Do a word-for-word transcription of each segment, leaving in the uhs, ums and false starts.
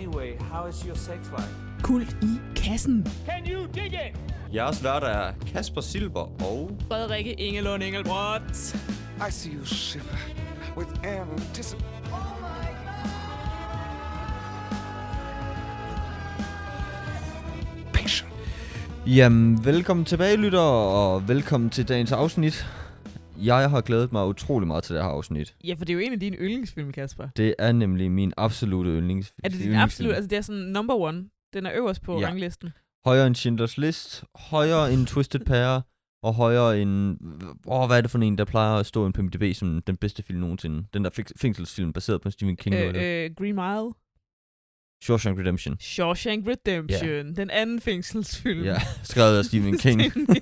Anyway, how is your sex life? Kult i kassen. Can you dig it? Jeres værter er Kasper Silber og Frederikke Ingelund Engelbrecht. I see you shiver with anticipation. Jamen, velkommen tilbage, lytter, og velkommen til dagens afsnit. Jeg har glædet mig utrolig meget til det her afsnit. Ja, for det er jo en af dine yndlingsfilm, Kasper. Det er nemlig min absolute yndlingsfilm. Er det din absolut? Altså, det er sådan number one. Den er øverst på Ja. ranglisten. Højere end Schindlers List, højere end Twisted Pair, og højere end... Åh, hvad er det for en, der plejer at stå på I M D B som den bedste film nogensinde? Den der fæ- fængselsfilm, baseret på Stephen King. Øh, øh, Green Mile. Shawshank Redemption. Shawshank Redemption. Yeah. Den anden fængselsfilm. Ja, skrevet af Stephen King.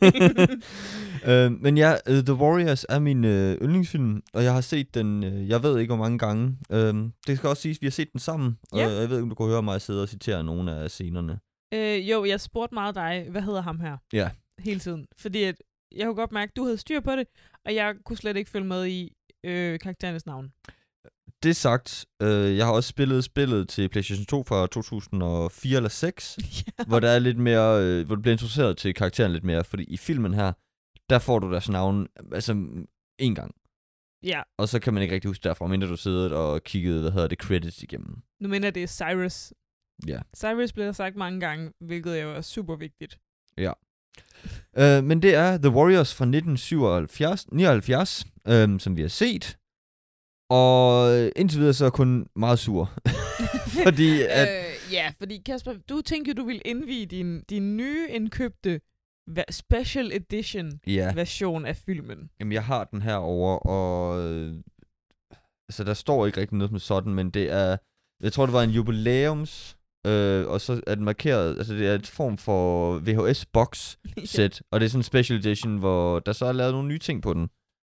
uh, men ja, uh, The Warriors er min uh, yndlingsfilm, og jeg har set den, uh, jeg ved ikke hvor mange gange. Uh, det skal også siges, at vi har set den sammen, Ja. og jeg ved ikke, om du kan høre mig sidde og citere nogle af scenerne. Øh, jo, jeg spurgte meget dig, hvad hedder ham her? Ja. Hele tiden. Fordi at jeg kunne godt mærke, at du havde styr på det, og jeg kunne slet ikke følge med i øh, karakterernes navn. Det sagt, øh, jeg har også spillet spillet til PlayStation to fra to tusind og fire eller seks, Ja. hvor der er lidt mere, øh, hvor du bliver introduceret til karakteren lidt mere, fordi i filmen her, der får du deres navn, altså en gang. Ja, Og så kan man ikke rigtig huske derfra, mindre du sidder og kiggede, hvad hedder det, credits igennem. nu mener jeg, det er Cyrus. Ja. Cyrus bliver der sagt mange gange, hvilket jo er super vigtigt. Uh, men det er The Warriors fra nitten syvoghalvfjerds, nioghalvfjerds, um, som vi har set. Og indtil videre så er jeg kun meget sur. Fordi at... Øh, ja, fordi Kasper, du tænkte jo, du ville indvige din, din nye indkøbte va- special edition Ja, version af filmen. jamen jeg har den her over, og... øh, Altså der står ikke rigtig noget som sådan, men det er... Jeg tror det var en jubilæums... Øh, og så er den markeret... Altså det er et form for V H S-box set, og det er sådan en special edition, hvor der så er lavet nogle nye ting på den.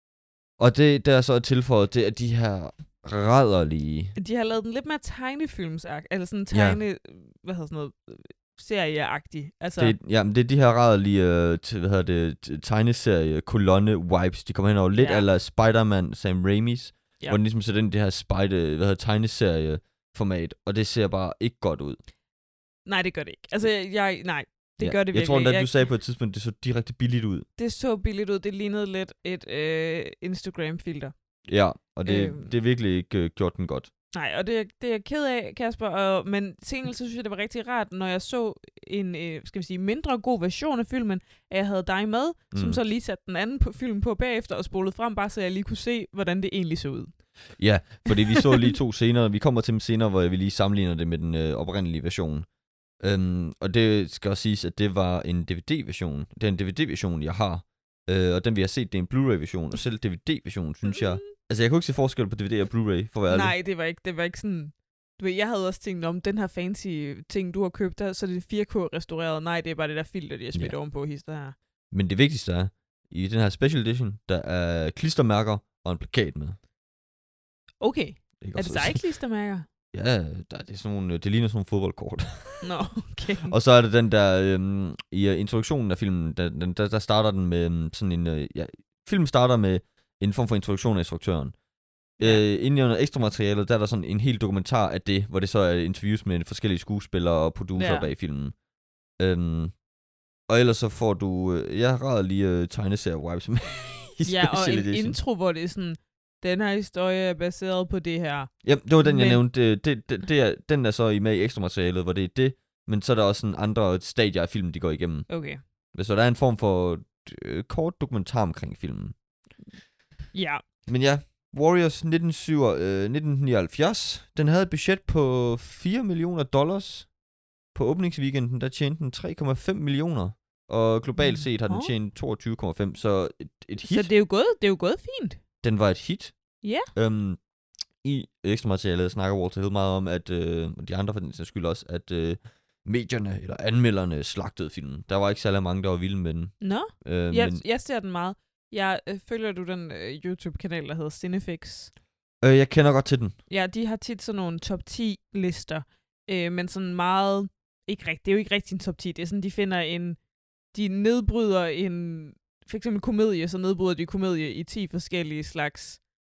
Og det, der er så tilføjet, det er de her rædderlige... De har lavet den lidt mere tegnefilmsagt, eller sådan Ja. tegne, ja. hvad hedder sådan noget, øh, serieagtig. Altså, Det, jamen, det er de her rædderlige øh, t- hvad hedder det, t- tegneserie kolonne-wipes. De kommer hen over lidt Ja. ja. eller Spider-Man, Sam Raimis, Ja. ja. hvor den ligesom sætter ind i det her spider, hvad hedder, tegneserie-format, og det ser bare ikke godt ud. nej, det gør det ikke. Altså, jeg, nej, det ja. gør det virkelig Jeg tror endda, ikke. du Jeg- sagde på et tidspunkt, det så direkte billigt ud. Det så billigt ud. Det lignede lidt et øh, Instagram-filter. Ja, og det, Øhm. det er virkelig ikke øh, gjort den godt. Nej, og det, det er jeg ked af, Kasper. Og, men til gengæld, så synes jeg, det var rigtig rart, når jeg så en, øh, skal vi sige, mindre god version af filmen, at jeg havde dig med, mm. som Mm. så lige satte den anden på film på bagefter og spolede frem, bare så jeg lige kunne se, hvordan det egentlig så ud. Ja, fordi vi så lige to scener. Vi kommer til dem senere, hvor vi lige sammenligner det med den øh, oprindelige version. Øhm, og det skal også siges, at det var en D V D-version. Det er en D V D-version, jeg har. Øh, og den vi har set, det er en Blu-ray-version. Og selv D V D-versionen, synes jeg... Altså, jeg kunne ikke se forskel på D V D og Blu-ray, for at være ærlig. Nej, det var ikke, det var ikke sådan... Du ved, jeg havde også tænkt om den her fancy ting, du har købt, der, så er det fire K-restaureret. Nej, det er bare det der filter, de har smidt Ja. ovenpå hister her. Men det vigtigste er, i den her special edition, der er klistermærker og en plakat med. Okay. Ikke Er det også? så ikke klistermærker? Ja, der, det, er sådan nogle, det ligner sådan nogle fodboldkort. Nå, okay. Og så er det den der, øhm, i uh, introduktionen af filmen, der, den, der, der starter den med øhm, sådan en, øh, ja, filmen starter med en form for introduktion af instruktøren. Ja. Øh, inden under ekstra materialet, der er der sådan en hel dokumentar af det, hvor det så er interviews med forskellige skuespillere og producer Ja. ja. bag filmen. Øhm, og ellers så får du, øh, jeg har lige øh, tegneserie-wipes med i Ja, og special en edition. intro, hvor det er sådan, den her historie er baseret på det her. Ja, det var den, jeg Men- nævnte. Det, det, det, det er, den er så i med i ekstra materialet, hvor det er det, men så er der også sådan andre stadier af filmen, de går igennem. Okay. Så der er en form for øh, kort dokumentar omkring filmen. Ja. Men ja, Warriors nitten syv, øh, nitten nioghalvfjerds, den havde et budget på fire millioner dollars. På åbningsweekenden, der tjente den tre komma fem millioner. Og globalt set har den Nå. tjent toogtyve komma fem, så et, et hit. Så det er jo gået, det er jo gået fint. Den var et hit. Ja. Øhm, I ekstra materialet snakker Walter Hill meget om, at øh, og de andre for den sags skyld også, at øh, medierne eller anmelderne slagtede filmen. Der var ikke særlig mange, der var vilde med den. Nå, Øh, jeg, men, jeg ser den meget. Jeg øh, følger du den øh, YouTube-kanal, der hedder Cinefix? øh, jeg kender godt til den. Ja, de har tit sådan nogle top ti lister, øh, men sådan meget, ikke rigtigt, det er jo ikke rigtig en top ti, det er sådan, de finder en, de nedbryder en, for eksempel komedie, så nedbryder de komedie i ti forskellige slags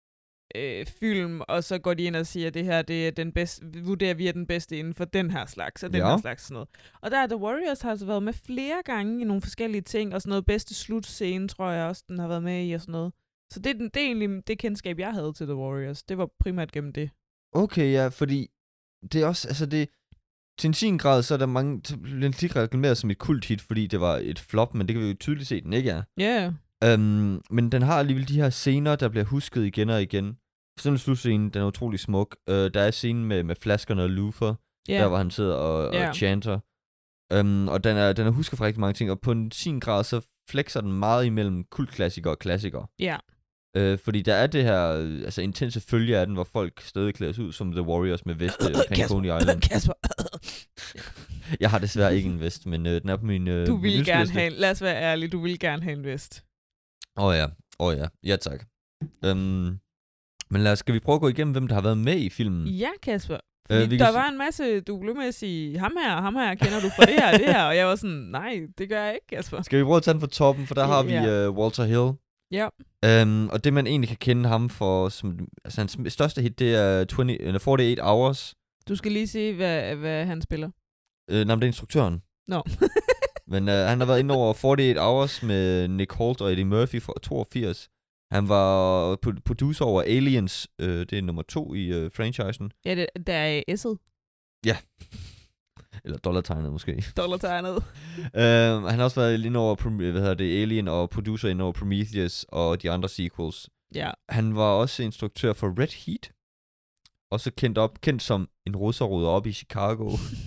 øh, film, og så går de ind og siger, at det her det er den bedste, vurderer vi er den bedste inden for den her slags, og den Ja. her slags sådan noget. Og der er The Warriors har altså været med flere gange i nogle forskellige ting, og sådan noget bedste slutscene, tror jeg også, den har været med i, og sådan noget. Så det er, den, det er egentlig det kendskab, jeg havde til The Warriors. Det var primært gennem det. Okay, ja, fordi det er også, altså det, til en sin grad, så er der mange, så bliver den tit reklameret som et kulthit, fordi det var et flop, men det kan vi jo tydeligt se, den ikke er. Ja, yeah. Um, men den har alligevel de her scener, der bliver husket igen og igen. Sådan en slutscene, den er utrolig smuk. Uh, der er scenen med, med flaskerne og Luther, yeah. der hvor han sidder og, Ja. og chanter. Um, og den er, den er husket for rigtig mange ting, og på en sin grad, så flexer den meget imellem kultklassikere og klassikere. Ja. Uh, fordi der er det her, øh, altså intense følge af den, hvor folk stadig klædes ud som The Warriors med veste omkring Coney Island. Kasper. Jeg har desværre ikke en vest, men øh, den er på min øh, Du vil min gerne ønskeliste. have en, lad os være ærlige, du vil gerne have en vest. Åh oh, ja, åh oh, ja, ja tak. Um, men lad os, skal vi prøve at gå igennem, hvem der har været med i filmen? Ja, Kasper. Fordi Øh, vi der kan var en masse, du blev med at sige, ham her, ham her, kender du fra det her og det her? Og jeg var sådan, nej, det gør jeg ikke, Kasper. Skal vi prøve at tage den fra toppen, for der har vi Ja. øh, Walter Hill. Ja. Um, og det man egentlig kan kende ham for, som, altså hans største hit, det er tyve, eller forty-eight hours. Du skal lige se, hvad, hvad han spiller. Uh, nej, men det er instruktøren. Nå. Men uh, han har været inde over forty-eight hours med Nick Holt og Eddie Murphy fra toogfirs. Han var pro- producer over Aliens, uh, det er nummer to i uh, franchisen. Ja, det, der er S'et. Ja. Eller dollartegnet måske. Dollartegnet. uh, han har også været inde over Prom- hvad hedder det, Alien og producer inde over Prometheus og de andre sequels. Ja. Han var også instruktør for Red Heat. Også kendt, op, kendt som en russerruder op i Chicago.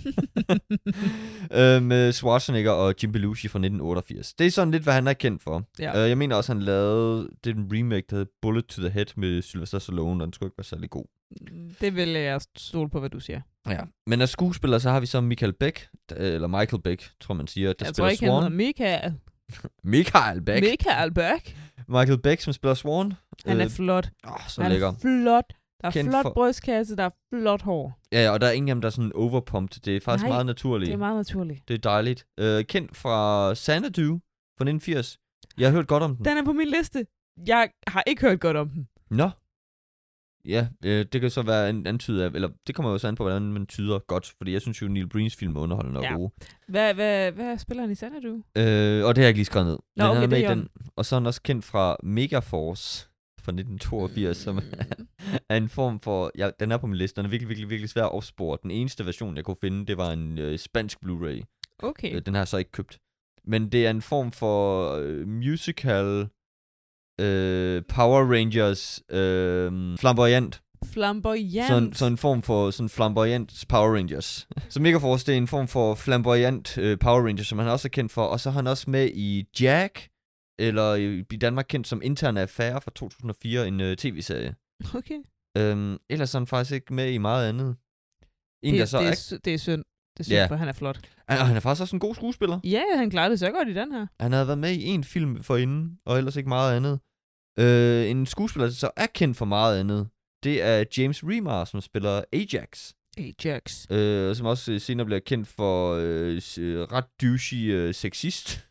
uh, med Schwarzenegger og Jim Belushi fra nitten otteogfirs. Det er sådan lidt, hvad han er kendt for. Ja. Uh, jeg mener også, han lavede den remake, der hed Bullet to the Head med Sylvester Stallone, og den skulle ikke være særlig god. Det vil jeg stole på, hvad du siger. Ja. Men af skuespillere, så har vi så Michael Beck, eller Michael Beck, tror man siger, der Jeg spiller tror ikke, han Swan. hedder Michael. Michael Beck. Michael Beck. Michael Beck, som spiller Swan. Han er Øh, flot. Åh, så Han lækker. er flot. Der er Kendt flot for- brystkasse, der er flot hår. Ja, og der er ingen af dem, der er sådan overpumped. Det er faktisk Nej, meget naturligt. Det er meget naturligt. Det er dejligt. Øh, kendt fra Xanadu fra nitten firs. Jeg har hørt godt om den. Den er på min liste. Jeg har ikke hørt godt om den. Nå. Ja, øh, det kan så være en antydet af, eller det kommer jo så an på, hvordan man tyder godt, fordi jeg synes jo, Neil Breens film er underholdende og Ja. gode. Hvad, hvad, hvad spiller han i Xanadu? Øh, og det har jeg ikke lige skrevet ned. Men okay, han er med det i er den. Og så er han også kendt fra Megaforce fra nitten toogfirs, som er en form for, ja, den er på min liste, den er virkelig, virkelig, virkelig svær at opspore. Den eneste version, jeg kunne finde, det var en øh, spansk Blu-ray. Okay. Øh, den har jeg så ikke købt. Men det er en form for øh, musical øh, Power Rangers øh, flamboyant. Flamboyant. Sådan, sådan en form for sådan flamboyant Power Rangers. Så Megaforce, det er en form for flamboyant øh, Power Rangers, som han også er kendt for. Og så er han også med i Jack, eller i, i Danmark kendt som Interne Affære fra to tusind og fire, en øh, tv-serie. Okay. Øhm, ellers er han faktisk ikke med i meget andet. En, der Det, så det, er, er, sy- det er synd. Det er synd, Ja. for han er flot. han, og han er faktisk også en god skuespiller. Ja, han klarede det så godt i den her. Han havde været med i en film forinden, og ellers ikke meget andet. Øh, en skuespiller, der så er kendt for meget andet, det er James Remar, som spiller Ajax. Ajax. Øh, som også senere bliver kendt for øh, s- øh, ret douchey øh, sexist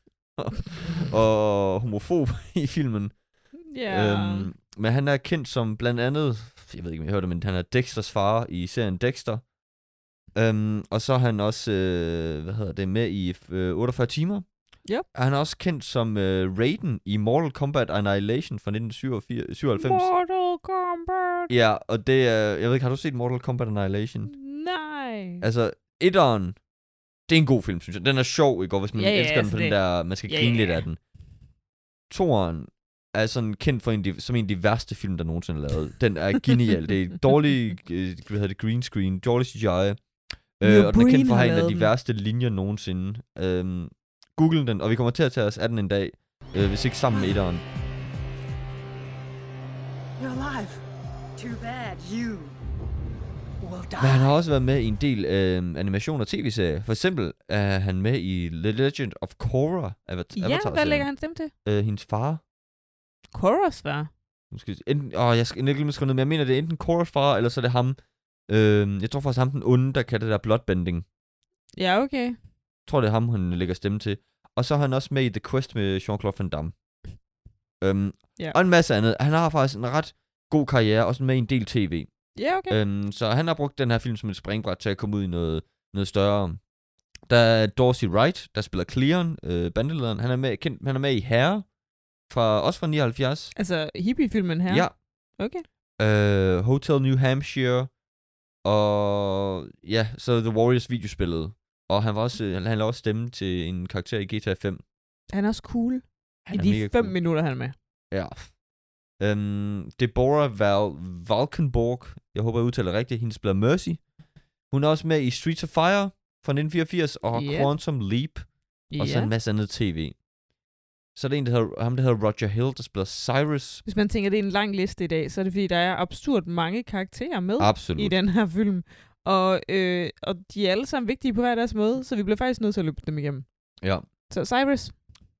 og homofob i filmen. Ja. Øhm, men han er kendt som blandt andet, jeg ved ikke om jeg hørte det, men han er Dexters far i serien Dexter. Øhm, og så er han også, øh, hvad hedder det, med i øh, otteogfyrre timer. Yep. Han er også kendt som øh, Raiden i Mortal Kombat Annihilation fra nitten syvoghalvfems. Mortal Kombat. Ja, og det er, jeg ved ikke, har du set Mortal Kombat Annihilation? Nej. Altså, etteren, det er en god film, synes jeg. Den er sjov, ikke? Og hvis man Ja, ja, elsker den altså på den det- der, man skal Ja, grine ja, lidt ja. af den. Toeren er sådan kendt for en, af de- som en af de værste film, der nogensinde er lavet. Den er genial. Det er dårlig, øh, hvad hedder det, green screen, dårlig C G I. Øh, og den er Breen kendt for at har have en af lavet de den. værste linjer nogensinde. Øhm, Google den, og vi kommer til at tage os af den en dag, øh, hvis ikke sammen med etteren. You're alive. Too bad you will die. Men han har også været med i en del øh, animation- og tv-serier. For eksempel er han med i The Legend of Korra. Avat- Ja, Avatar hvad lægger han stemme til? Øh, hendes far. Korras var. Måske, enten, åh, jeg skal ikke lige skrive ned, men jeg mener, det er enten Korras far, eller så er det ham. Øh, jeg tror faktisk ham, den onde, der kan det der bloodbending. Ja, okay. Jeg tror, det er ham, han lægger stemme til. Og så er han også med i The Quest med Jean-Claude Van Damme. Øhm, Ja. Og en masse andet. Han har faktisk en ret god karriere, også med i en del tv. Ja, okay. Øhm, så han har brugt den her film som et springbræt til at komme ud i noget, noget større. Der er Dorsey Wright, der spiller Cleon, øh, bandelederen. Han er med, kendt, han er med i Herre, fra, også fra nioghalvfjerds. Altså hippie-filmen her? Ja. Okay. Øh, Hotel New Hampshire, og ja, så The Warriors videospillet. Og han var også, han, han lavede også stemme til en karakter i G T A fem. Han er også cool. Han I er de mega fem cool. minutter, han er med. Ja. Um, Deborah Val Valkenborg, jeg håber, jeg udtaler rigtigt, hende spiller Mercy. Hun er også med i Streets of Fire fra nitten fireogfirs, og Yeah. Quantum Leap, og så Ja. en masse andet tv. Så er der en, der hedder, ham, der hedder Roger Hill, der spiller Cyrus. Hvis man tænker, det er en lang liste i dag, så er det fordi, der er absurd mange karakterer med Absolut. i den her film. Og, øh, og de er alle sammen vigtige på hver deres måde, så vi bliver faktisk nødt til at løbe dem igennem. Ja. Så Cyrus,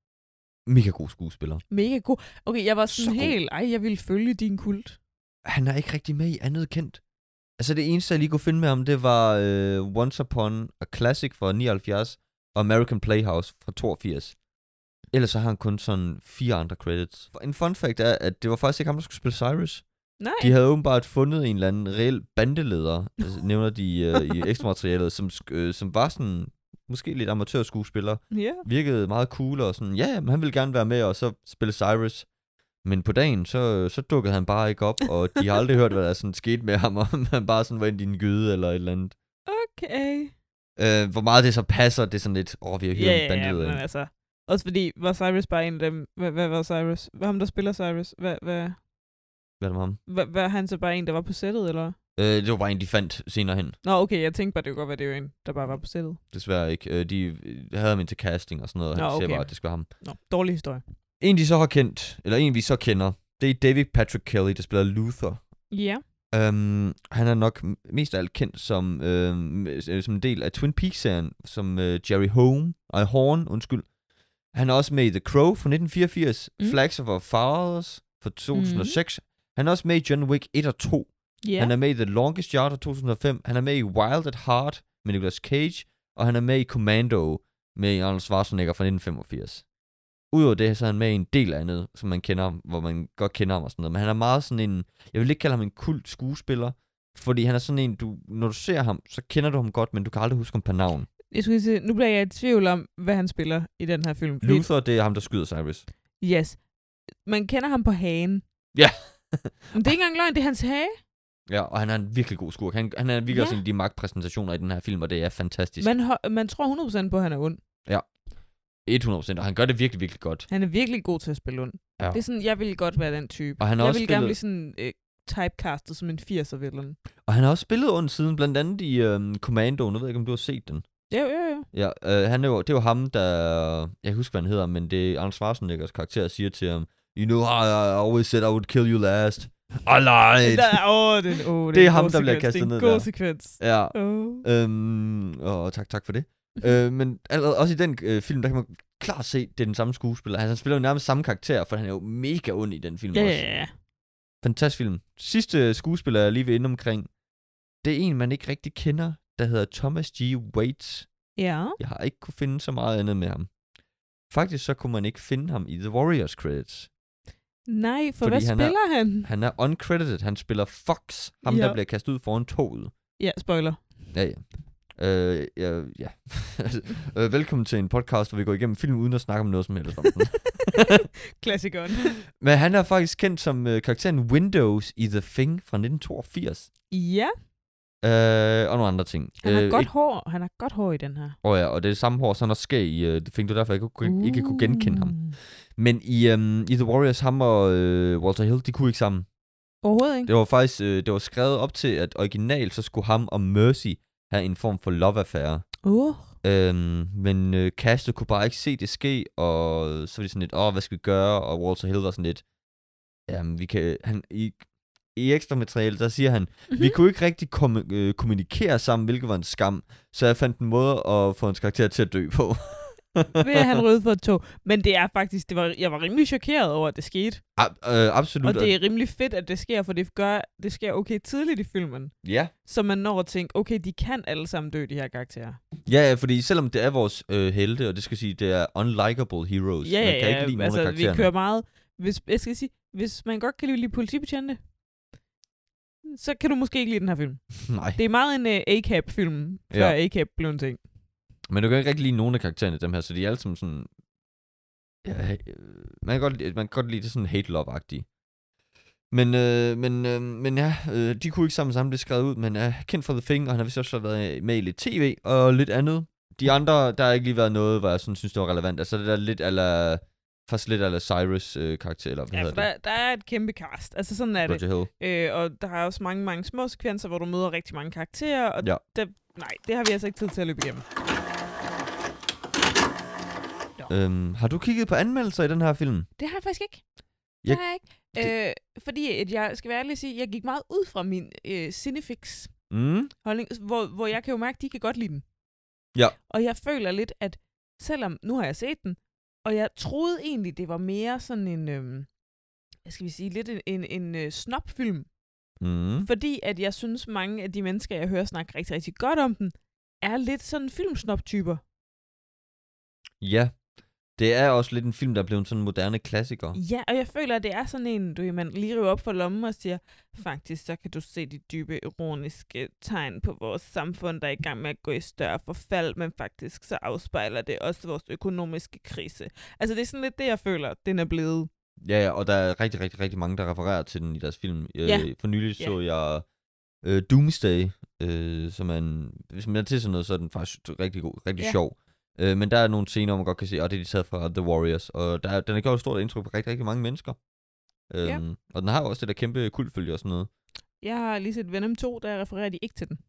Mega god skuespiller. mega god. Okay, jeg var sådan Så god. helt, ej, jeg vil følge din kult. Han er ikke rigtig med i andet kendt. Altså det eneste, jeg lige kunne finde med ham, det var uh, Once Upon a Classic fra nioghalvfjerds, og American Playhouse fra toogfirs. Ellers så har han kun sådan fire andre credits. En fun fact er, at det var faktisk ikke ham, der skulle spille Cyrus. Nej. De havde åbenbart fundet en eller anden reel bandeleder, altså, nævner de uh, i ekstra materialet, som, uh, som var sådan, måske lidt amatørskuespiller. Ja. Virkede meget cool og sådan, ja, men han ville gerne være med og så spille Cyrus. Men på dagen, så, så dukkede han bare ikke op, og de har aldrig hørt, hvad der sådan skete med ham, om han bare sådan var ind i en gyde eller et eller andet. Okay. Uh, hvor meget det så passer, det er sådan lidt, åh, oh, vi har hyret Ja, en ja, bandeleder men ind. altså. Også fordi, var Cyrus bare en af dem? Hvad, hvad var Cyrus? Hvad ham, der spiller Cyrus? Hvad, hvad, Hvad er det med ham? hvad, hvad er han så bare en, der var på sættet, eller? Uh, det var bare en, de fandt senere hen. Nå, okay, jeg tænkte bare, det kunne godt være, det var en, der bare var på sættet. Desværre ikke. Uh, de havde ham ind til casting og sådan noget, og Nå, han siger okay. bare, at det skal være ham. Nå, dårlig historie. En, de så har kendt, eller en, vi så kender, det er David Patrick Kelly, der spiller Luther. Ja. Um, han er nok mest af alt kendt som, um, som en del af Twin Peaks-serien, som uh, Jerry Home, ej, Horn, undskyld. Han er også med i The Crow fra nitten fireogfirs, Mm. mm. Flags of Our Fathers fra to tusind og seks. Mm. Han er også med i John Wick et og to. Ja. Han er med i The Longest Yard fra to tusind og fem. Han er med i Wild at Heart med Nicolas Cage. Og han er med i Commando med Arnold Schwarzenegger fra nitten femogfirs. Udover det, så er han med i en del andet, som man kender, hvor man godt kender ham og sådan noget. Men han er meget sådan en, jeg vil ikke kalde ham en kult skuespiller, fordi han er sådan en, du, når du ser ham, så kender du ham godt, men du kan aldrig huske ham på navn. Jeg skulle sige, nu bliver jeg i tvivl om, hvad han spiller i den her film. Fordi- Luther, det er ham, der skyder Cyrus. Yes. Man kender ham på hagen. Ja. Men det er ikke engang løgn, det er hans hage. Ja, og han er en virkelig god skurk. Han, han er virkelig Ja. også en af de magtpræsentationer i den her film, og det er fantastisk. Man, ho- man tror hundrede procent på, at han er ond. hundrede procent, og han gør det virkelig, virkelig godt. Han er virkelig god til at spille ond. Ja. Det er sådan, jeg vil godt være den type. Og han har jeg også vil gerne spillet- blive sådan øh, typecastet som en firser-villain. Og han har også spillet ond siden, blandt andet i øhm, Commando. Nu ved jeg ikke, om du har set den. Jo, jo, jo. Ja, øh, han er jo, det er jo ham, der... Jeg kan ikke huske, hvad han hedder, men det er Arnold Schwarzeneggers karakter, siger til ham, You know how I always said I would kill you last. I lied! Der, åh, den, åh, Det er en ham, god der bliver sekvens. kastet Det er ned en god der. sekvens. Ja, Oh. øhm, og tak, tak for det. øh, men allerede, også i den øh, film, der kan man klart se, det er den samme skuespiller. Altså, han spiller jo nærmest samme karakter, for han er jo mega ond i den film Ja, også. ja, ja. Fantastisk film. Sidste skuespiller, jeg lige vil inde omkring, det er en, man ikke rigtig kender, der hedder Thomas G. Waits. Ja. Jeg har ikke kunne finde så meget andet med ham. Faktisk så kunne man ikke finde ham i The Warriors credits. Nej, for Fordi hvad han er- spiller han? Han er uncredited. Han spiller Fox, ham Ja. der bliver kastet ud foran toget. Ja, spoiler. Ja, ja. Øh, ja, ja. øh, velkommen til en podcast, hvor vi går igennem film uden at snakke om noget som helst om den. Klassikeren. Men han er faktisk kendt som øh, karakteren Windows i The Thing fra nitten toogfirs. Ja, Øh, og nogle andre ting. han har øh, godt ikke- hår. Han har godt hår i den her. Åh ja, og det er samme hår, så han også skæg i uh, The Thing. Det er derfor, jeg ikke kunne, ikke kunne genkende ham. Men i, um, i The Warriors, ham og uh, Walter Hill, de kunne ikke sammen. Overhovedet ikke. Det var faktisk uh, det var skrevet op til, at originalt, så skulle ham og Mercy have en form for love-affære. Uh. Øhm, men øh, castet kunne bare ikke se det ske, og så var de sådan lidt, åh, hvad skal vi gøre? Og Walter Hill var sådan lidt, jamen, vi kan, han, i, i ekstra materiale, der siger han, Mm-hmm. vi kunne ikke rigtig kom, øh, kommunikere sammen, hvilket var en skam, så jeg fandt en måde at få hans karakter til at dø på. Ved at han røde for et tog. Men det er faktisk, det var, jeg var rimelig chokeret over, at det skete. Ab- øh, absolut. Og det er rimelig fedt, at det sker, for det gør, det sker okay tidligt i filmen. Ja. Så man når at tænke, okay, de kan alle sammen dø, de her karakterer. Ja, ja, fordi selvom det er vores øh, helte, og det skal sige, det er unlikable heroes. Ja, man ja, kan ikke ja. lide nogen af Altså, vi karaktererne. kører meget... Hvis, jeg skal sige, hvis man godt kan lide politibetjente, så kan du måske ikke lide den her film. Nej. Det er meget en uh, A C A B-film, før Ja. A C A B blev en ting. Men du kan ikke rigtig lide nogen af karaktererne, dem her, så de er alle sammen sådan... Ja, øh, man, kan godt, lide- man kan godt lide det sådan hate-love-agtige. Men, øh, men, øh, men ja, øh, de kunne ikke sammen sammen, det er skrevet ud, men er kendt for The Thing, og han har vist også været med i lidt tv og lidt andet. De andre, der har ikke lige været noget, hvor jeg sådan synes, det var relevant. Altså det der lidt ala, faktisk lidt ala Cyrus øh, karakter, eller hvad Ja, for hedder der, der er et kæmpe cast. Altså sådan er det? det. Roger Hill. Øh, og der er også mange, mange små sekvenser, hvor du møder rigtig mange karakterer, og Ja. der, nej, det har vi altså ikke tid til at løbe igennem. Øhm, har du kigget på anmeldelser i den her film? Det har jeg faktisk ikke. Det Jeg- har jeg ikke. Øh, fordi at jeg skal være ærlig at sige, jeg gik meget ud fra min øh, Cinefix Mm? holdning, hvor, hvor jeg kan jo mærke, at de kan godt lide den. Ja. Og jeg føler lidt, at selvom nu har jeg set den, og jeg troede egentlig, det var mere sådan en, øhm, hvad skal vi sige, lidt en, en, en øh, snopfilm. Mm. Fordi at jeg synes, mange af de mennesker, jeg hører snakke rigtig, rigtig godt om den, er lidt sådan filmsnop-typer. Ja. Det er også lidt en film, der er blevet sådan en moderne klassiker. Ja, og jeg føler, at det er sådan en, du man lige river op for lommen og siger, faktisk, så kan du se de dybe, ironiske tegn på vores samfund, der er i gang med at gå i større forfald, men faktisk så afspejler det også vores økonomiske krise. Altså, det er sådan lidt det, jeg føler, den er blevet. Ja, ja, og der er rigtig, rigtig, rigtig mange, der refererer til den i deres film. Ja. Øh, for nylig Ja. så jeg øh, Doomsday, øh, som er en, hvis man er til sådan noget, så er den faktisk rigtig god, rigtig Ja. sjov. Øh, men der er nogle scener, hvor man godt kan se, og det er de taget fra The Warriors, og der, er- den har gjort et stort indtryk på rigtig, rigtig mange mennesker. Øhm, Ja. Og den har jo også det der kæmpe kultfølge og sådan noget. Jeg har lige set Venom to, der refererer de ikke til den.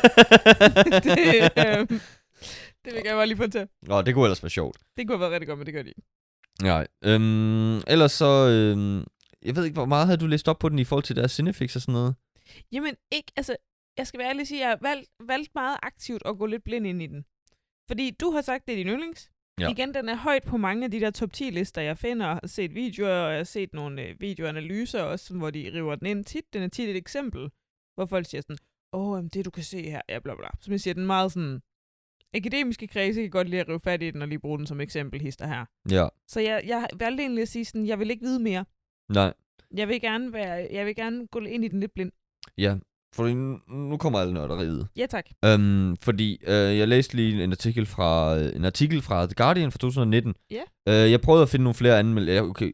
det, øhm, det vil jeg bare lige på til. Nå, det kunne ellers være sjovt. Det kunne have været rigtig godt, men det gør de ikke. Nej. Øhm, ellers så, øhm, jeg ved ikke, hvor meget havde du læst op på den i forhold til deres Cinefix og sådan noget? Jamen, ikke, altså, jeg skal være ærlig og sige, jeg har valgt, valgt meget aktivt at gå lidt blind ind i den. Fordi du har sagt, det er din yndlings. Ja. Igen, den er højt på mange af de der top ti lister, jeg finder, og har set videoer, og jeg har set nogle øh, videoanalyser også, sådan, hvor de river den ind tit. Den er tit et eksempel, hvor folk siger sådan, åh, oh, det du kan se her, ja, bla bla. Som jeg siger, den er meget sådan, akademiske kredse kan godt lide at rive fat i den, og lige bruge den som eksempel, hister her. Ja. Så jeg, jeg valgte egentlig at sige sådan, jeg vil ikke vide mere. Nej. Jeg vil gerne, være, jeg vil gerne gå ind i den lidt blind. Ja. Fordi nu, nu kommer alle nørderiet. Ja, tak. Øhm, fordi øh, jeg læste lige en artikel fra en artikel fra The Guardian fra to tusind nitten. Ja. Øh, jeg prøvede at finde nogle flere anmeldelser. Okay.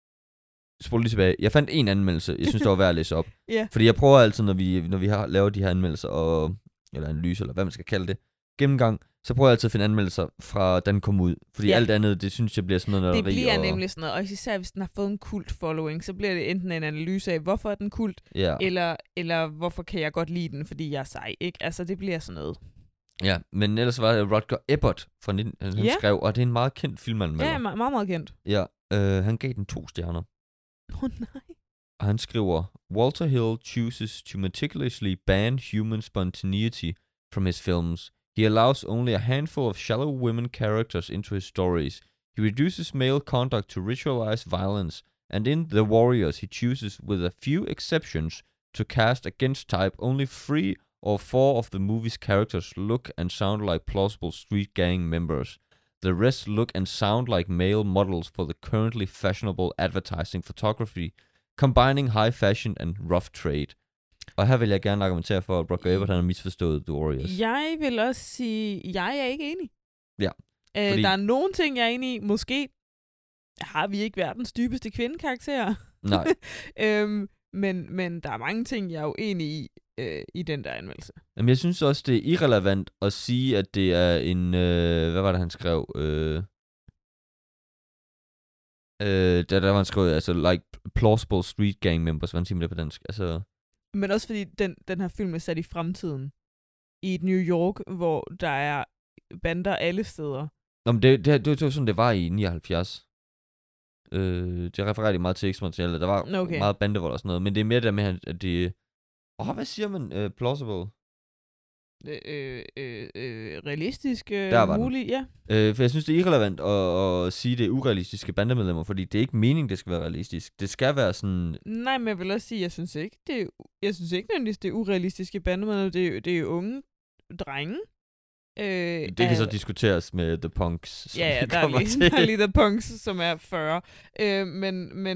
Spol lige tilbage. Jeg fandt en anmeldelse, jeg synes, det var værd at læse op. Ja. Fordi jeg prøver altid, når vi, når vi har, laver de her anmeldelser, og, eller analyser, eller hvad man skal kalde det, gennemgang, så prøver jeg altid at finde anmeldelser fra, da den kom ud. Fordi Ja. alt andet, det synes jeg bliver sådan noget Det nørderi. bliver og, nemlig sådan noget, og især hvis den har fået en kult following, så bliver det enten en analyse af, hvorfor er den kult, Ja. eller, eller hvorfor kan jeg godt lide den, fordi jeg er sej, ikke? Altså, det bliver sådan noget. ja, men ellers var det Rutger Ebert fra nitten, han Ja. skrev, og det er en meget kendt filmanmelder. Ja, meget, meget, meget kendt. Ja, øh, han gav den to stjerner. Åh oh, nej. Og han skriver, Walter Hill chooses to meticulously ban human spontaneity from his films. He allows only a handful of shallow women characters into his stories. He reduces male conduct to ritualized violence. And in The Warriors, he chooses, with a few exceptions, to cast against type only three or four of the movie's characters look and sound like plausible street gang members. The rest look and sound like male models for the currently fashionable advertising photography, combining high fashion and rough trade. Og her vil jeg gerne argumentere for, at Rutger Ebert han har misforstået The Warriors. Jeg vil også sige, jeg er ikke enig. Ja, Øh, fordi- Der er nogle ting, jeg er enig i. Måske har vi ikke verdens dybeste kvindekarakterer. Nej. øhm, men, men der er mange ting, jeg er uenig i, øh, i den der anmeldelse. Jamen, jeg synes også, det er irrelevant at sige, at det er en... Øh, hvad var det, han skrev? Øh, øh, der, der var han skrevet, altså, like plausible street gang members. Hvad siger man det på dansk? Altså, Men også fordi den, den her film er sat i fremtiden. I et New York, hvor der er bander alle steder. Nå, men det, det, det var sådan, det var i nioghalvfjerds. Øh, det refererer de meget til eksperimentelle. Der var Okay. okay. meget bandevold og sådan noget. Men det er mere der med, at det... Åh, oh, hvad siger man? Uh, plausible? Øh, øh, øh, øh, realistisk øh, Der var den. muligt, ja. Øh, for jeg synes, det er irrelevant at, at sige, det er urealistiske bandemedlemmer, fordi det er ikke meningen, det skal være realistisk. Det skal være sådan... Nej, men jeg vil også sige, jeg synes ikke, det er, jeg synes ikke nødvendigvis, det er urealistiske bandemedlemmer. Det er, det er unge drenge. Øh, Det kan af- så diskuteres med The Punks, som Ja, ja, vi der er, kommer lige, til. der er lige The Punks, som er fyrre. Øh, men, men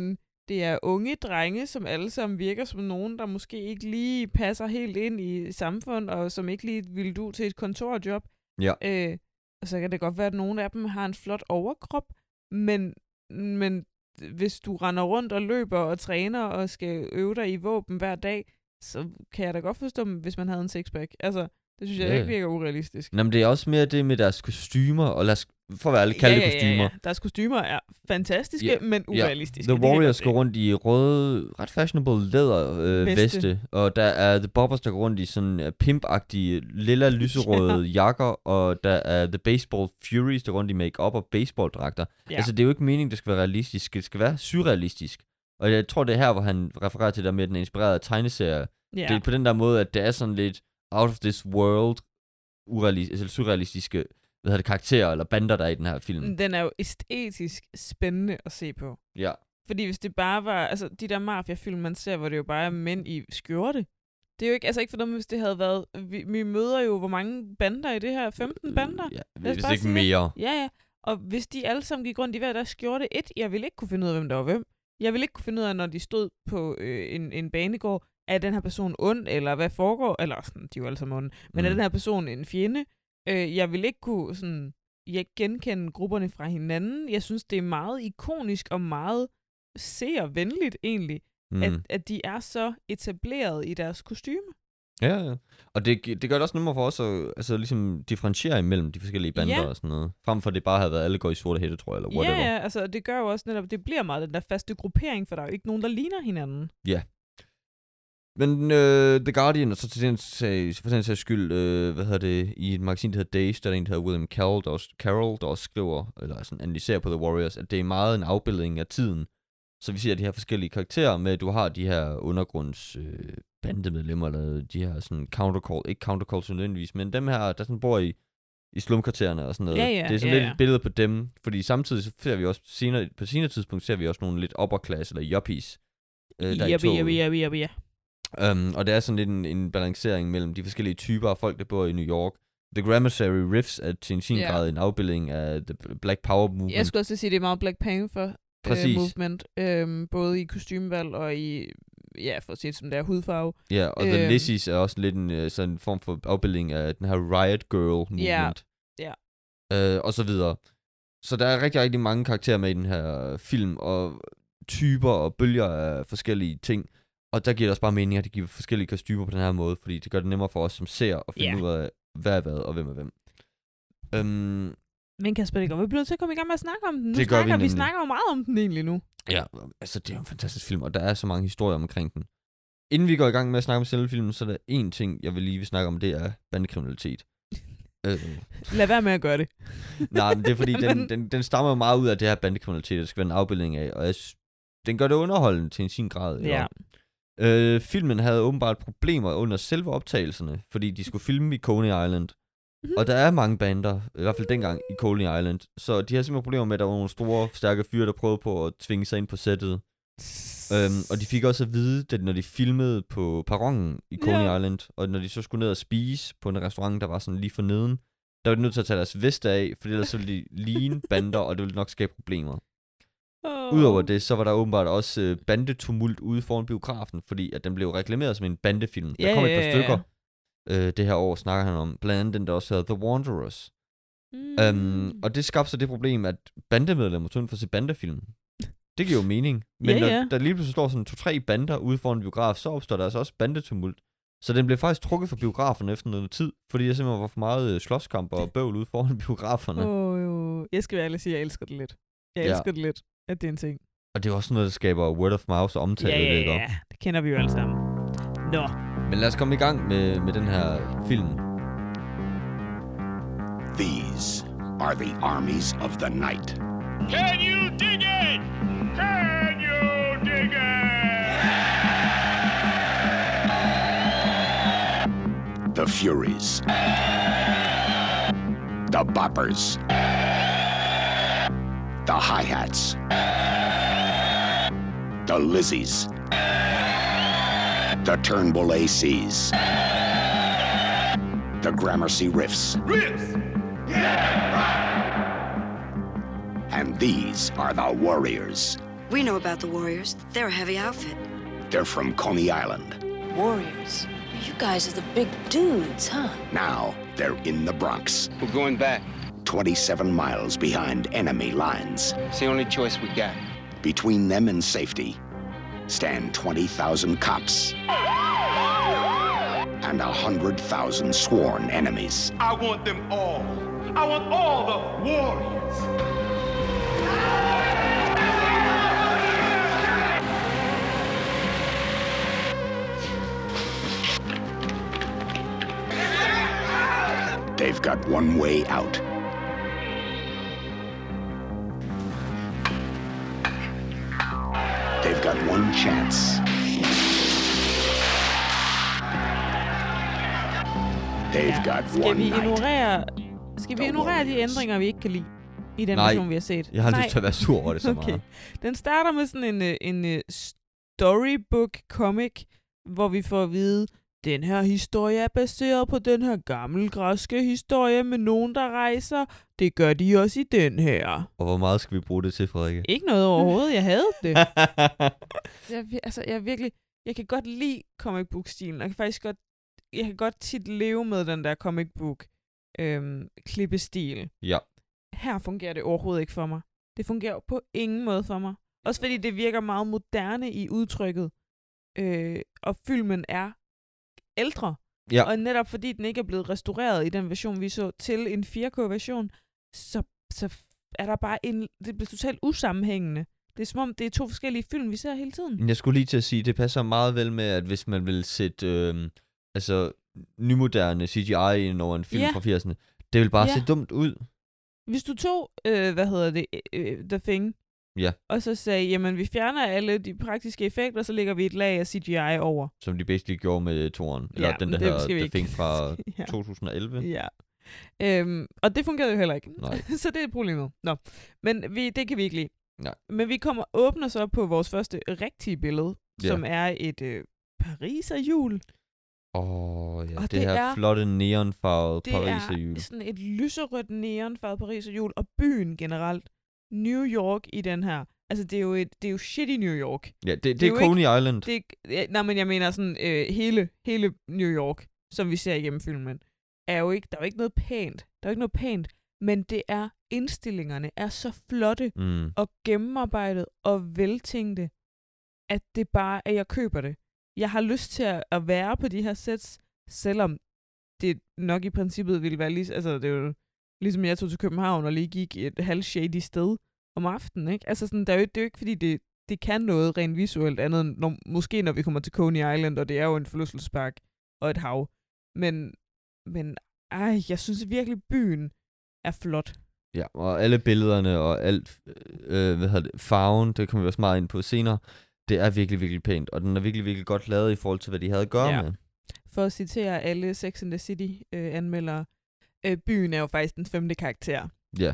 Det er unge drenge, som alle sammen virker som nogen, der måske ikke lige passer helt ind i samfundet, og som ikke lige vil du til et kontorjob. Ja. Øh, og så kan det godt være, at nogle af dem har en flot overkrop, men, men hvis du render rundt og løber og træner og skal øve dig i våben hver dag, så kan jeg da godt forstå, hvis man havde en sixpack. Altså, det synes jeg Ja. ikke virker urealistisk. Nå, men det er også mere det med deres kostymer, og lad os for at være alle kalde ja, ja, kostymer. Ja, ja. Deres kostymer er fantastiske, Ja, men ja. urealistiske. The Det kan jeg Warriors godt går se. rundt i røde, ret fashionable læder øh, Veste. veste, og der er The Bobbers, der går rundt i sådan uh, pimp-agtige, lilla lyserøde jakker, og der er The Baseball Furies, der går rundt i make-up og baseballdragter. Ja. Altså, det er jo ikke meningen, det skal være realistisk, det skal være surrealistisk. Og jeg tror, det er her, hvor han refererer til det med, at den er inspireret af tegneserier. Ja. Det er på den der måde, at det er sådan lidt out of this world, urealistisk, altså surrealistiske, hvad hedder det, karakterer eller bander, der er i den her film. Den er jo æstetisk spændende at se på. Ja. Fordi hvis det bare var, altså de der mafia-film, man ser, hvor det jo bare er mænd i skjorte. Det er jo ikke, altså ikke for dem, hvis det havde været, vi, vi møder jo, hvor mange bander i det her, femten bander? Ja, Lad os hvis bare ikke sige det. mere. Ja, ja. Og hvis de alle sammen gik rundt i hver deres skjorte, et, jeg ville ikke kunne finde ud af, hvem der var hvem. Jeg ville ikke kunne finde ud af, når de stod på øh, en, en banegård, er den her person ond, eller hvad foregår? Eller sådan, de er jo alle sammen onde. Men mm. er Mm. den her person en fjende? Øh, jeg vil ikke kunne sådan, jeg genkende grupperne fra hinanden. Jeg synes, det er meget ikonisk og meget seervenligt egentlig, Mm. at, at de er så etableret i deres kostyme. Ja, ja. Og det, det gør det også nemmere for os at altså, ligesom differentiere imellem de forskellige bander Ja. og sådan noget. Frem for at det bare havde været, alle går i sorte hætte, tror jeg, eller whatever. Ja, ja, altså det gør jo også netop, det bliver meget den der faste gruppering, for der er jo ikke nogen, der ligner hinanden. Men øh, The Guardian, og så til den sag, for den sags skyld, øh, hvad hedder det, i et magasin, der hedder Days, der er en, der hedder William Carroll, der også, Carroll, der også skriver, eller sådan analyserer på The Warriors, at det er meget en afbildning af tiden. Så vi ser de her forskellige karakterer med, at du har de her undergrunds øh, bandemedlemmer, eller de her sådan countercult, ikke counterculture nødvendigvis, men dem her, der sådan bor i, i slumkvartererne og sådan noget. Ja, ja, det er sådan ja, lidt ja. et billede på dem, fordi samtidig så ser vi også senere, på senere tidspunkt ser vi også nogle lidt upper class, eller yuppies, øh, der er i Jabbi, toget. jabbi, jabbi, jabbi, ja. Um, og det er sådan lidt en, en balancering mellem de forskellige typer af folk, der bor i New York. The Grammissary Riffs er til en sin Ja. grad en afbildning af the Black Power movement. Jeg skulle også sige, at det er meget Black Panther Præcis. øh, movement, øhm, både i kostymevalg og i, ja, for at sige det som det er, hudfarve. Ja, og The øhm. Lizzie's er også lidt en øh, sådan en form for afbildning af den her Riot Girl movement. Ja. Øh, og så videre. Så der er rigtig, rigtig mange karakterer med i den her film, og typer og bølger af forskellige ting. Og der giver det også bare mening, at de giver forskellige kostymer på den her måde, fordi det gør det nemmere for os som ser at finde Ja. ud af, hvad er hvad og hvem er hvem. Øhm, Men Kasper, det går, vi bliver nødt til at komme i gang med at snakke om den. Nu Det gør vi snakker, vi, nemlig. snakker jo meget om den egentlig nu. Ja, altså det er jo en fantastisk film, og der er så mange historier omkring den. Inden vi går i gang med at snakke om selve filmen, så er der én ting, jeg vil lige vil snakke om, det er bandekriminalitet. øh, Lad være med at gøre det. nej, men det er fordi, den, Men- den, den stammer jo meget ud af det her bandekriminalitet, det skal være en afbildning af, og jeg, sy- den gør det underholdende til en sin grad. Ja. Øh, filmen havde åbenbart problemer under selve optagelserne, fordi de skulle filme i Coney Island. Mhm. Og der er mange bander, i hvert fald dengang i Coney Island, så de har simpelthen problemer med, at der var nogle store, stærke fyre, der prøvede på at tvinge sig ind på sættet. Øhm, og de fik også at vide, at når de filmede på perronen i Coney Ja. Island, og når de så skulle ned og spise på en restaurant, der var sådan lige for neden, der var de nødt til at tage deres veste af, for ellers så ville de ligne bander, og det ville nok skabe problemer. Oh. Udover det, så var der åbenbart også øh, bandetumult ude foran biografen, fordi at den blev reklameret som en bandefilm. Der Ja, kom et ja, par ja, stykker øh, det her år, snakker han om. Blandt andet den, der også hedder The Wanderers. Mm. Um, og det skabte så det problem, at bandemedlemmer tog ind for at se bandefilm. Det giver jo mening. Men Ja, når ja. der lige pludselig står sådan to-tre bander ude foran en biograf, så opstår der altså også bandetumult. Så den blev faktisk trukket fra biografen efter noget tid, fordi der simpelthen var for meget øh, slåskamp og bøvl ude foran biograferne. Oh, jo. Jeg skal være ærlig og sige, at jeg elsker det lidt. Jeg Ja. elsker det lidt, at det er en ting. Og det er også noget, der skaber word of mouth og omtale. Ja, ikke? ja, ja. Det kender vi jo alle sammen. Nå. Men lad os komme i gang med, med den her film. These are the armies of the night. Can you dig it? Can you dig it? The Furies. The Boppers. The Hi-Hats. The Lizzies. The Turnbull A Cs. The Gramercy Riffs. Riffs! And these are the Warriors. We know about the Warriors. They're a heavy outfit. They're from Coney Island. Warriors. You guys are the big dudes, huh? Now they're in the Bronx, We're going back. twenty-seven miles behind enemy lines. It's the only choice we got. Between them and safety stand twenty thousand cops and one hundred thousand sworn enemies. I want them all. I want all the warriors. They've got one way out. They've got one chance. They've got Skal one vi night. ignorere, skal vi ignorere de ændringer, vi ikke kan lide i den Nej. version, vi har set? Jeg har Nej. lyst til at være sur over det så Okay. meget. Den starter med sådan en, øh, en øh, storybook comic, hvor vi får at vide, den her historie er baseret på den her gamle græske historie med nogen, der rejser. Det gør de også i den her. Og hvor meget skal vi bruge det til, Frederikke? Ikke noget overhovedet, jeg havde det. Jeg, vir- altså, jeg er virkelig, jeg kan godt lide comic book stilen. Jeg kan faktisk godt, jeg kan godt tit leve med den der comic book øhm, klippestil. Ja. Her fungerer det overhovedet ikke for mig. Det fungerer på ingen måde for mig. Også fordi det virker meget moderne i udtrykket. Øh, og filmen er ældre. Ja. Og netop fordi den ikke er blevet restaureret i den version, vi så, til en fire K-version, så, så er der bare en... Det bliver totalt usammenhængende. Det er som om, det er to forskellige film, vi ser hele tiden. Jeg skulle lige til at sige, det passer meget vel med, at hvis man vil sætte øh, altså, nymoderne C G I ind over en film Ja. fra firserne, det vil bare Ja. se dumt ud. Hvis du tog, øh, hvad hedder det, øh, The Thing, Ja. og så sagde, jamen vi fjerner alle de praktiske effekter, så lægger vi et lag af C G I over. Som de basically gjorde med toren. Eller Ja, den men der det her skal vi The ikke. Thing fra Ja. to tusind og elleve. Ja. Øhm, og det fungerede jo heller ikke. Nej. Så det er problemet. Nå. Men vi, det kan vi ikke lide. Nej. Men vi kommer åbner så på vores første rigtige billede, Ja. som er et øh, Pariserhjul. Åh, oh, ja. Og det, det her er- flotte neonfarvede Det Pariserhjul. er sådan et lyserødt neonfarvet Pariserhjul, og byen generelt. New York i den her. Altså, det er jo, et, det er jo shitty New York. Ja, det, det, det er er jo Coney Island. Det, ja, nej, men jeg mener sådan, øh, hele, hele New York, som vi ser igennem filmen, er jo ikke, der er jo ikke noget pænt. Der er jo ikke noget pænt, men det er, indstillingerne er så flotte Mm. og gennemarbejdet og veltænkte, at det bare, at jeg køber det. Jeg har lyst til at, at være på de her sets, selvom det nok i princippet ville være lige, altså det er jo ligesom jeg tog til København og lige gik et halv shady sted om aftenen, ikke? Altså sådan, der er jo, det er jo ikke fordi, det, det kan noget rent visuelt andet, end når, måske når vi kommer til Coney Island, og det er jo en forlystelsespark og et hav. Men, men ej, jeg synes virkelig, byen er flot. Ja, og alle billederne og alt, øh, hvad hedder det, farven, det kommer vi også meget ind på senere, det er virkelig, virkelig pænt, og den er virkelig, virkelig godt lavet i forhold til, hvad de havde at gøre Ja. med. For at citere alle Sex and the City øh, anmeldere, øh, byen er jo faktisk den femte karakter. Ja.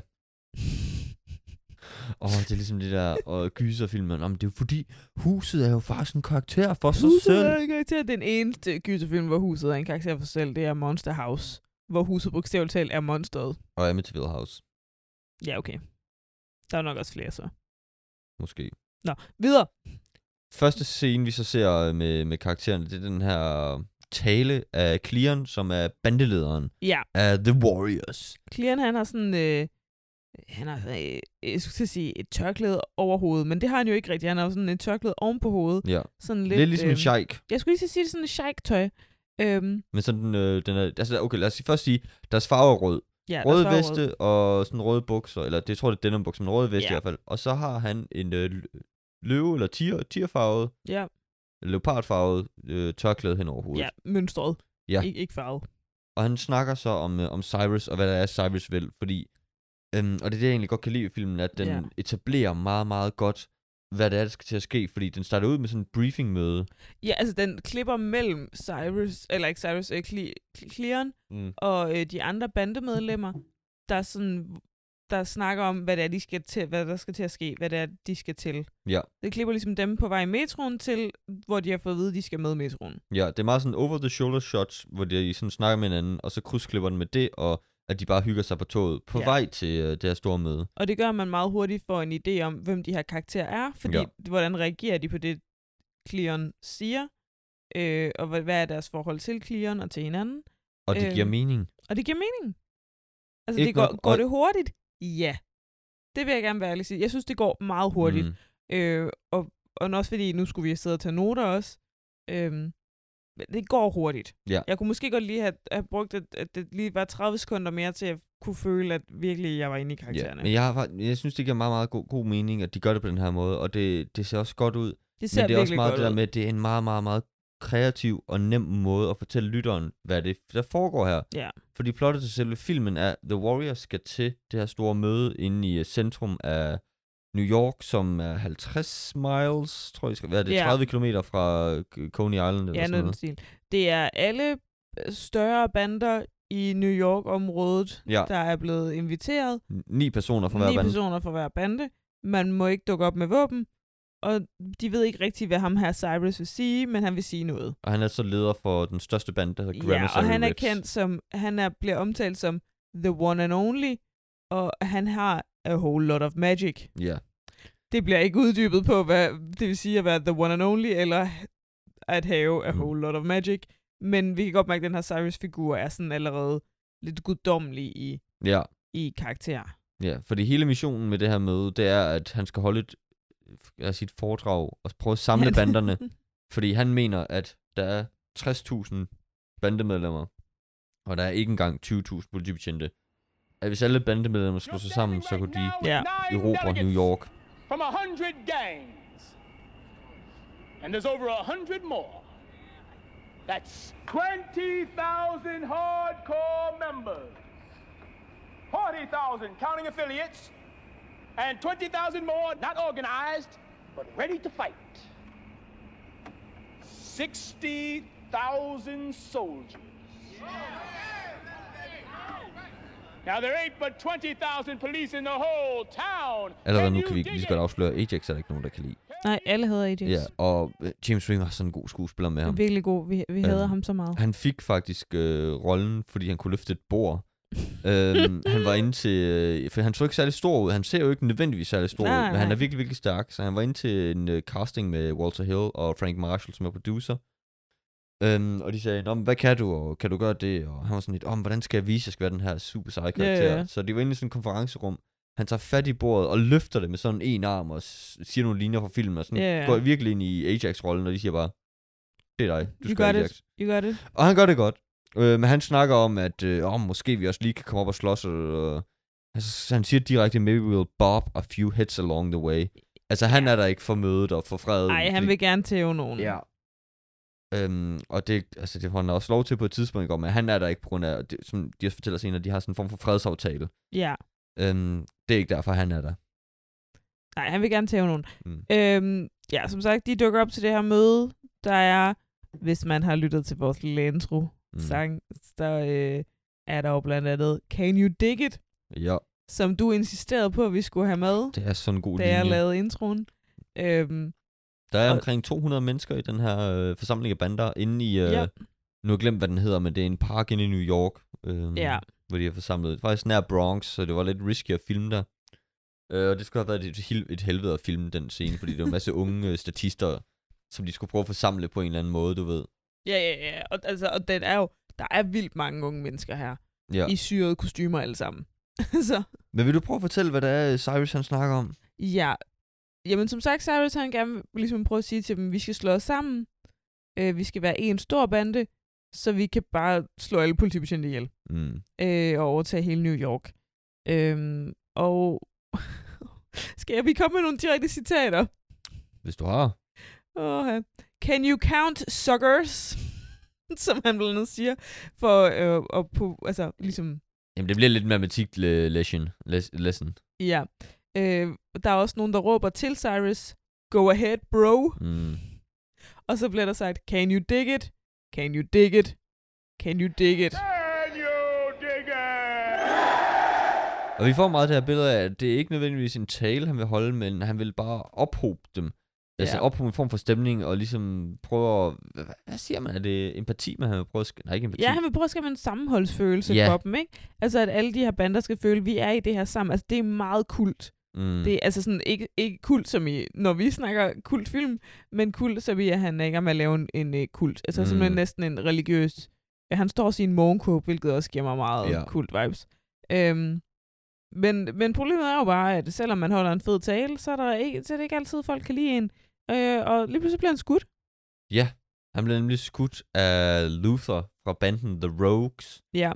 Åh, det er ligesom det der og gyserfilmen. Jamen, det er jo fordi, huset er jo faktisk en karakter for sig Huset selv. er en karakter. Den eneste gyserfilm, hvor huset er en karakter for sig selv, det er Monster House. Hvor huset bogstaveligt talt er monsteret. Og Amityville House, Ja, okay. Der er nok også flere så. måske. Nå, videre. Første scene, vi så ser med, med karaktererne, det er den her tale af Cleon, som er bandelederen Ja, af The Warriors. Cleon han har sådan... Øh, han har, øh, jeg skulle til at sige, et tørklæde over hovedet, men det har han jo ikke rigtigt. Han har jo sådan et tørklæde oven på hovedet. Ja, Sådan lidt, lidt, lidt ligesom øh, en sheik. Jeg skulle lige sige, det er sådan et sheik-tøj. Øhm, Men sådan, øh, den er, altså, okay, lad os først sige, deres farve er rød. ja, Røde der er veste rød. og sådan røde bukser, eller det jeg tror det er denim bukser, men røde veste Ja. i hvert fald. Og så har han en øh, løve eller tiger, tierfarvet, Ja, leopardfarvet øh, tørklæde hen over hovedet. ja, mønstret. Ja. Ik- ikke farvet. Og han snakker så om, øh, om Cyrus, og hvad der er, Cyrus vil, fordi, øhm, og det er det, jeg egentlig godt kan lide i filmen, at den Ja. etablerer meget, meget godt, hvad det er, der skal til at ske, fordi den starter ud med sådan en briefing-møde. Ja, altså den klipper mellem Cyrus, eller ikke Cyrus, øh, Cle- Cle- Cleon Mm. og øh, de andre bandemedlemmer, der sådan, der snakker om, hvad det er, de skal til, hvad der skal til at ske, hvad det er, de skal til. Ja. Det klipper ligesom dem på vej i metroen til, hvor de har fået at vide, at de skal med metroen. Ja, det er meget sådan over-the-shoulder shots, hvor de sådan snakker med hinanden, og så krydsklipper den med det, og at de bare hygger sig på toget på Ja. vej til øh, det her store møde. Og det gør, at man meget hurtigt får en idé om, hvem de her karakterer er, fordi Ja. ja. hvordan reagerer de på det, Cleon siger, øh, og hvad, hvad er deres forhold til Cleon og til hinanden. Og det Øh, giver mening. Og det giver mening. Altså, Ikke det går, nok- går og- det hurtigt? Ja. Det vil jeg gerne være ærlig sige. Jeg synes, det går meget hurtigt. Mm. Øh, og, og også fordi, nu skulle vi sidde og tage noter også. Øhm, det går hurtigt. Ja. Jeg kunne måske godt lige have, have brugt, at, at det lige var tredive sekunder mere til at kunne føle, at virkelig jeg var inde i Ja, karaktererne. men jeg, har, jeg synes, det giver meget, meget god, god mening, at de gør det på den her måde, og det, det ser også godt ud. det ser Men det er også virkelig meget godt det der ud. med, at det er en meget, meget, meget kreativ og nem måde at fortælle lytteren, hvad det der foregår her. Ja. Fordi plottet til selve filmen er, The Warriors skal til det her store møde inde i uh, centrum af New York, som er halvtreds miles, tror jeg skal være det, Ja. tredive kilometer fra uh, Coney Island eller Ja, sådan noget i den noget. stil. Det er alle større bander i New York-området, Ja. der er blevet inviteret. Ni personer fra hver Ni band. personer fra hver bande. Man må ikke dukke op med våben. Og de ved ikke rigtigt, hvad ham her Cyrus vil sige, men han vil sige noget. Og han er så leder for den største band, der hedder Ja, Grammarsary og han er Rips. kendt som, han er, bliver omtalt som the one and only, og han har a whole lot of magic. Ja. Det bliver ikke uddybet på, hvad det vil sige at være the one and only, eller at have a Mm. whole lot of magic. Men vi kan godt mærke, at den her Cyrus-figur er sådan allerede lidt guddommelig i, Ja. i karakter. Ja, fordi hele missionen med det her møde, det er, at han skal holde et, lad os sige, et foredrag og prøve at samle banderne. Fordi han mener, at der er tres tusind bandemedlemmer, og der er ikke engang tyve tusind politibetjente. At hvis alle bandemedlemmer slog sig sammen, så kunne de Ja. erobre New York. From a hundred gangs. And there's over a hundred more. That's twenty thousand hardcore members. forty thousand counting affiliates. And twenty thousand more not organized, but ready to fight. sixty thousand soldiers. Now there ain't but twenty thousand police in the whole town. Allerede Can nu you kan vi dig lige så it? godt afsløre, at Ajax er der ikke nogen, der kan lide. Nej, alle hader Ajax. Ja, og øh, James Remar er sådan en god skuespiller med Han er ham. virkelig god. Vi, vi hader Øhm, ham så meget. Han fik faktisk øh, rollen, fordi han kunne løfte et bord. øhm, han var inde til, øh, for han så ikke særlig stor ud. Han ser jo ikke nødvendigvis særlig stor Nej, ud, men han nej. er virkelig, virkelig stærk. Så han var inde til en øh, casting med Walter Hill og Frank Marshall, som er producer. Øhm, og de sagde, "Nå, men hvad kan du, og kan du gøre det?" Og han var sådan lidt, om hvordan skal jeg vise, at jeg skal være den her super seje karakter? Ja, ja. Så de var inde i sådan en konferencerum. Han tager fat i bordet og løfter det med sådan en arm og s- siger nogle linjer fra filmen. Og sådan Ja, ja. går virkelig ind i Ajax-rollen, og de siger bare, det er dig, du You skal got Ajax. it. You got it. Og han gør det godt. Øh, men han snakker om, at øh, oh, måske vi også lige kan komme op og slås. Og, altså, han siger direkte, maybe we'll bob a few hits along the way. Altså, han er der ikke for mødet og for fred. Nej, han vil gerne tæve nogen. Ja. Øhm, og det, altså, det får han også lov til på et tidspunkt, om, at han er der ikke på grund af, det, som de også fortæller senere, de har sådan en form for fredsaftale. Ja. Øhm, det er ikke derfor, han er der. Nej, han vil gerne tæve nogen. Mm. Øhm, ja, som sagt, de dukker op til det her møde. Der er, hvis man har lyttet til vores lille intro Mm. sang, så øh, er der jo blandt andet Can You Dig It, Ja, som du insisterede på, at vi skulle have med, det er sådan en god da linje. jeg lavede introen. Øhm, Der er og- omkring to hundrede mennesker i den her øh, forsamling af bander, inde i, øh, Ja. nu har jeg glemt, hvad den hedder, men det er en park inde i New York, øh, Ja. hvor de er forsamlet. Faktisk nær Bronx, så det var lidt risky at filme der. Øh, og det skulle have været et, hel- et helvede at filme den scene, fordi det var en masse unge øh, statister, som de skulle prøve at forsamle på en eller anden måde, du ved. ja, ja, ja. Og, altså, og den er jo, der er vildt mange unge mennesker her, Ja. i syrede kostymer alle sammen. så Men vil du prøve at fortælle, hvad det er, Cyrus han snakker om? ja, jamen som sagt, Cyrus han gerne vil ligesom prøve at sige til dem, vi skal slå os sammen, øh, vi skal være en stor bande, så vi kan bare slå alle politibetjente ihjel, Mm. øh, og overtage hele New York. Øhm, og skal jeg vi komme med nogle direkte citater? Hvis du har. Oh, Can you count suckers? Som han blandt andet siger, for øh, at på, altså ligesom, Jamen, det bliver lidt matematik le- lesson. Les- lesson. ja. Øh, der er også nogen, der råber til Cyrus, go ahead, bro. Mm. Og så bliver der sagt, can you dig it? Can you dig it? Can you dig it? Can you dig it? Og vi får meget det her billede af, at det er ikke nødvendigvis en tale, han vil holde, men han vil bare ophobe dem. Altså Ja. op på en form for stemning, og ligesom prøve at... Hvad, hvad siger man? Er det empati, man har prøvet at... sk- Nej, ikke empati. Ja, han vil prøve at skabe en sammenholdsfølelse Ja. for dem, ikke? Altså, at alle de her bander skal føle, at vi er i det her sammen. Altså, det er meget kult. Mm. Det er altså sådan, ikke, ikke kult som i, når vi snakker kultfilm, men kult som i, at han er i gang med at lave en, en uh, kult. Altså Mm. simpelthen næsten en religiøs... Ja, han står i en morgenkåb, hvilket også giver mig meget Ja. ja. kult vibes. Øhm, men, men problemet er jo bare, at selvom man holder en fed tale, så er, der ikke, så er det ikke altid, folk kan lide en. Øh, og lige pludselig bliver han skudt. Ja, han blev nemlig skudt af Luther fra banden The Rogues. Ja.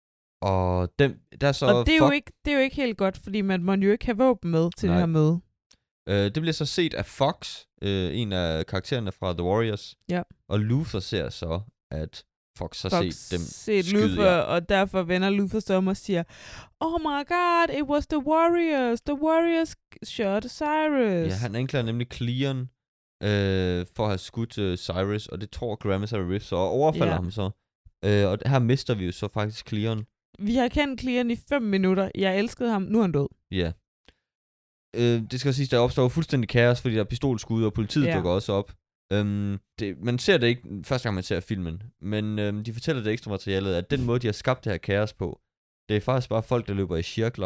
Og dem, der er så... Og det er, jo fuck- ikke, det er jo ikke helt godt, fordi man må jo ikke have våben med til Nej. det her møde. Øh, det bliver så set af Fox, øh, en af karaktererne fra The Warriors. Ja. Og Luther ser så, at Fox har Fox set dem set skyde. Luther, Ja. og derfor vender Luther sig om og siger, oh my god, it was the Warriors. The Warriors shot Cyrus. ja, han anklager nemlig Cleon øh, for at have skudt øh, Cyrus, og det tror Grammatary Riff så, og overfalder Ja. ham så. Øh, og her mister vi jo så faktisk Cleon. Vi har kendt Cleon i fem minutter. Jeg elskede ham. Nu er han død. Ja. Øh, det skal også siges, der opstår fuldstændig kaos, fordi der er pistolskud, og politiet Ja. dukker også op. Øhm, det, man ser det ikke første gang, man ser filmen, men øhm, de fortæller det ekstra materialet, at den måde, de har skabt det her kaos på, det er faktisk bare folk, der løber i cirkler.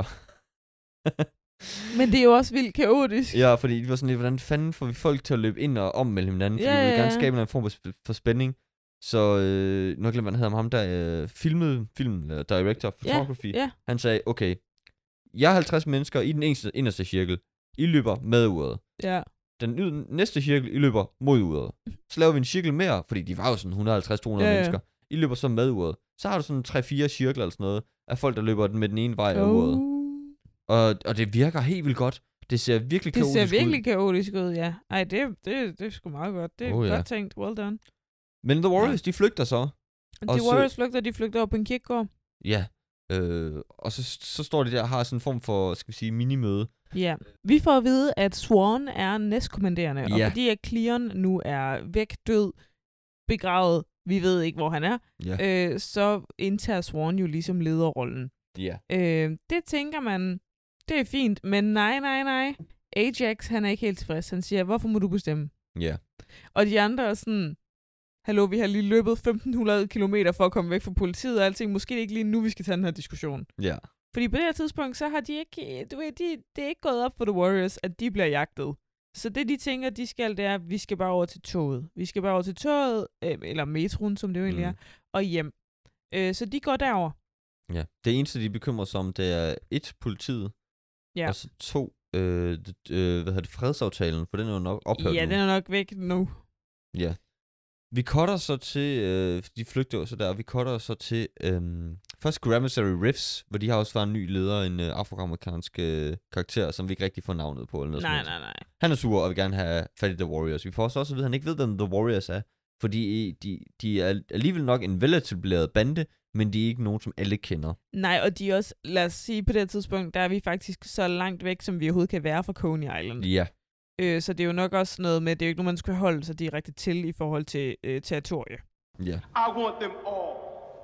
Men det er jo også vildt kaotisk. Ja, fordi de var sådan lidt, hvordan fanden får vi folk til at løbe ind og om mellem hinanden, fordi Ja, vi vil ja, gerne ja. skabe en form for, sp- for spænding. Så, øh, nu glemmer man, hedder ham der øh, filmede filmen, eller director of photography. Ja, Han sagde, okay, jeg er halvtreds mennesker i den eneste, inderste cirkel. I løber med uret. ja. Den yd- næste cirkel, I løber mod uret. Så laver vi en cirkel mere, fordi de var jo sådan et hundrede og halvtreds til to hundrede Ja, ja. mennesker. I løber så med uret. Så har du sådan tre fire cirkler eller sådan noget, af folk, der løber den med den ene vej af uret. Oh. Og, og det virker helt vildt godt. Det ser virkelig Det kaotisk ser virkelig ud. kaotisk ud, ja. Ej, det, det, det er sgu meget godt. Det er Oh, oh, ja. godt tænkt. Well done. Men The Warriors, de flygter så. De Og så- Warriors flygter, de flygter op på en kirkegård. Ja. Øh, og så, så står de der og har sådan en form for, skal vi sige, minimøde. Ja. Vi får at vide, at Swan er næstkommanderende, og Ja. fordi at Cleon nu er væk, død, begravet, vi ved ikke, hvor han er, Ja. øh, så indtager Swan jo ligesom lederrollen. Ja. Øh, det tænker man, det er fint, men nej, nej, nej. Ajax, han er ikke helt tilfreds. Han siger, hvorfor må du bestemme? Ja. Og de andre er sådan, hallo, vi har lige løbet femten hundrede kilometer for at komme væk fra politiet og alting. Måske er det ikke lige nu, vi skal tage den her diskussion. Ja. Fordi på det her tidspunkt, så har de ikke, du ved, de, det er ikke gået op for The Warriors, at de bliver jagtet. Så det, de tænker, de skal, det er, at vi skal bare over til toget. Vi skal bare over til toget, øh, eller metroen, som det jo egentlig Mm. er, og hjem. Øh, så de går derover. Ja. Det eneste, de bekymrer sig om, det er et, politiet, Ja. og så to, øh, d- øh, hvad hedder det, fredsaftalen, for den er jo nok ophørt Ja, nu. den er nok væk nu. Ja. Vi cutter så til, øh, de flygter jo så der, og vi cutter så til, øh, først Grammatary Riffs, hvor de har også været en ny leder, en øh, afroamerikansk øh, karakter, som vi ikke rigtig får navnet på. Eller noget som Nej, helst. nej, nej. Han er sur og vil gerne have fat i The Warriors. Vi får så også at vide, at han ikke ved, hvem The Warriors er, fordi de, de er alligevel nok en veletableret bande, men de er ikke nogen, som alle kender. Nej, og de er også, lad os sige, på det her tidspunkt, der er vi faktisk så langt væk, som vi overhovedet kan være fra Coney Island. Ja, Øh, så det er jo nok også noget med, det er jo ikke noget, man skal holde sig direkte til i forhold til øh, territorie. ja. I want them all.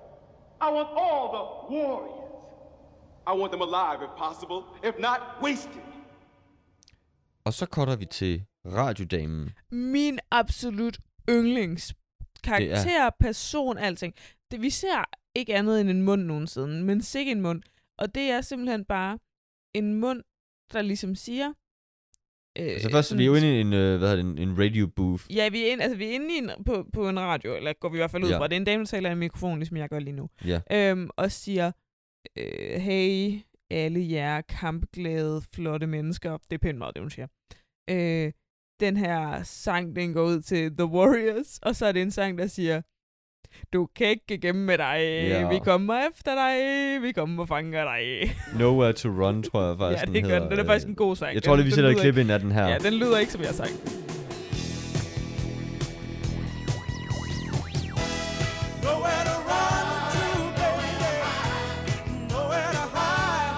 I want all the warriors. I want them alive if possible, if not wasted. Og så cutter vi til radiodamen. Min absolut yndlings karakter, person, alting. Det, vi ser ikke andet end en mund nogensinde, men sikke en mund. Og det er simpelthen bare en mund, der ligesom siger... Øh, Altså først, vi er jo inde i en, øh, hvad hedder det, en, en radio booth. Ja, vi er, inde, altså, vi er inde i en, på, på en radio, eller går vi i hvert fald ud Ja. fra. Det er en dame, der taler i en mikrofon, ligesom jeg gør lige nu. Ja. Øhm, og siger, øh, hey, alle jer kampglade, flotte mennesker. Det er pænt meget, det hun siger. Øh, den her sang, den går ud til The Warriors, og så er det en sang, der siger, du kan ikke gemme med dig, Ja. vi kommer efter dig, vi kommer og fanger dig. Nowhere to Run, tror jeg faktisk, Ja, den det gør hedder. den. Den er faktisk en god sang. Jeg tror lige, vi Den- sætter den et lyder klip ind af den her. Ja, den lyder ikke, som jeg sang. Nowhere to run to, baby. Nowhere to hide.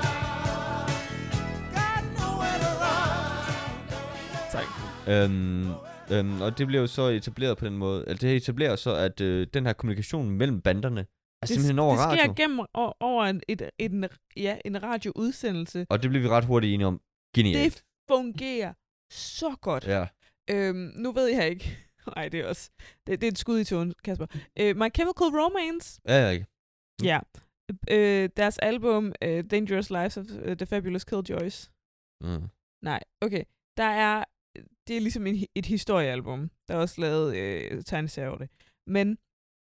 Got nowhere to run. Tak. Øhm, øhm, og det bliver jo så etableret på den måde. Altså, det etablerer så, at øh, den her kommunikation mellem banderne er simpelthen over det sker radio. gennem o- over en, et, et, en, ja, en radioudsendelse. Og det bliver vi ret hurtigt enige om. Genialt. Det fungerer så godt. Ja. Øhm, nu ved jeg ikke. Nej, det er også... Det, det er et skud i tåen, Kasper. Øh, My Chemical Romance. Ja, ja, ikke. Mm. Ja. Øh, deres album, uh, Dangerous Lives of uh, the Fabulous Killjoys. Mm. Nej, okay. Der er... Det er ligesom en, et historiealbum. Der er også lavet øh, tegneserier over det. Men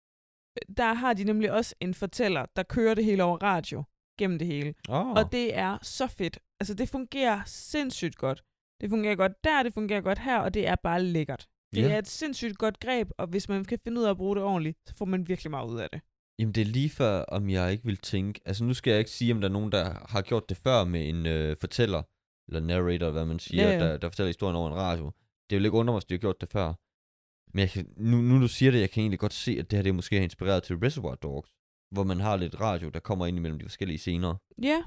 der har de nemlig også en fortæller, der kører det hele over radio. Gennem det hele. Oh. Og det er så fedt. Altså, det fungerer sindssygt godt. Det fungerer godt der, det fungerer godt her, og det er bare lækkert. Det Yeah. er et sindssygt godt greb, og hvis man kan finde ud af at bruge det ordentligt, så får man virkelig meget ud af det. Jamen, det er lige før, om jeg ikke vil tænke... Altså, nu skal jeg ikke sige, om der er nogen, der har gjort det før med en øh, fortæller, eller narrator, hvad man siger, Ja, ja. Der, der fortæller historien over en radio. Det vil ikke undre mig, hvis de har gjort det før. Men jeg kan, nu, nu du siger det, jeg kan egentlig godt se, at det her det måske er inspireret til Reservoir Dogs, hvor man har lidt radio, der kommer ind imellem de forskellige scener. Ja.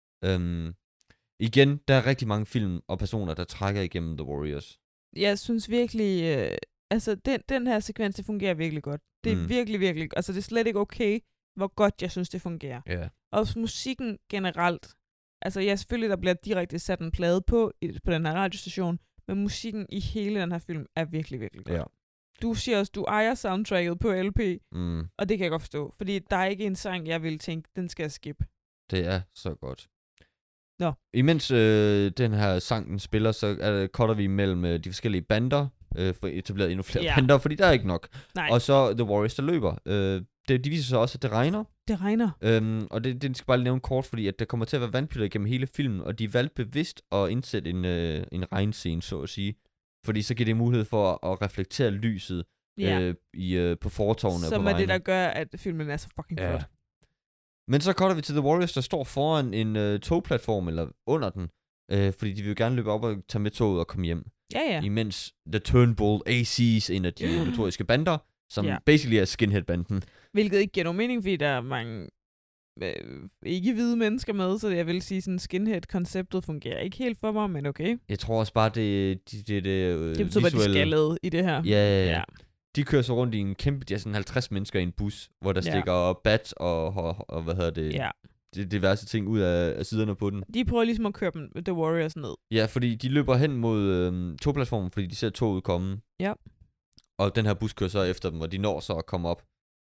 Øhm, igen, der er rigtig mange film og personer, der trækker igennem The Warriors. Jeg synes virkelig, øh, altså den, den her sekvens, det fungerer virkelig godt. Det er Mm. virkelig, virkelig, altså det er slet ikke okay, hvor godt jeg synes, det fungerer. Ja. Og musikken generelt, altså ja, selvfølgelig, der bliver direkte sat en plade på, i, på den her radiostation, men musikken i hele den her film er virkelig, virkelig godt. Ja. Du siger også, du ejer soundtracket på L P, Mm, og det kan jeg godt forstå, fordi der er ikke en sang, jeg vil tænke, den skal jeg skippe. det er så godt. Nå. Imens øh, den her sang den spiller, så er det, cutter vi mellem øh, de forskellige bander, øh, for etableret endnu flere Ja. bander, fordi der er ikke nok. Nej, Og så The Warriors, der løber. Øh, det, de viser sig også, at det regner. det regner. Øhm, og det, det skal bare lige nævne kort, fordi at der kommer til at være vandpytter igennem hele filmen, og de valgte bevidst at indsætte en, øh, en regnscene, så at sige. Fordi så giver det mulighed for at, at reflektere lyset Ja. øh, i, øh, på fortovene og Som på er vejene. det, der gør, at filmen er så fucking Ja. flot. Men så cutter vi til The Warriors, der står foran en øh, togplatform, eller under den, øh, fordi de vil jo gerne løbe op og tage med toget og komme hjem. Ja, ja. Imens The Turnbull A C's, en af de notoriske bander, som Ja. basically er skinhead-banden. Hvilket ikke giver nogen mening, fordi der er mange øh, ikke-hvide mennesker med, så jeg vil sige, sådan skinhead-konceptet fungerer ikke helt for mig, men okay. Jeg tror også bare, det det, det, det, øh, Det betyder, at de visuelle- skaldede i det her. Ja, ja, ja. Ja. De kører så rundt i en kæmpe, de er sådan halvtreds mennesker i en bus, hvor der Ja. stikker bat og, og, og hvad hedder det, Ja. det, diverse ting ud af, af siderne på den. De prøver ligesom at køre dem, The Warriors ned. Ja, fordi de løber hen mod øhm, togplatformen, fordi de ser toget komme. Ja. Og den her bus kører så efter dem, og de når så at komme op.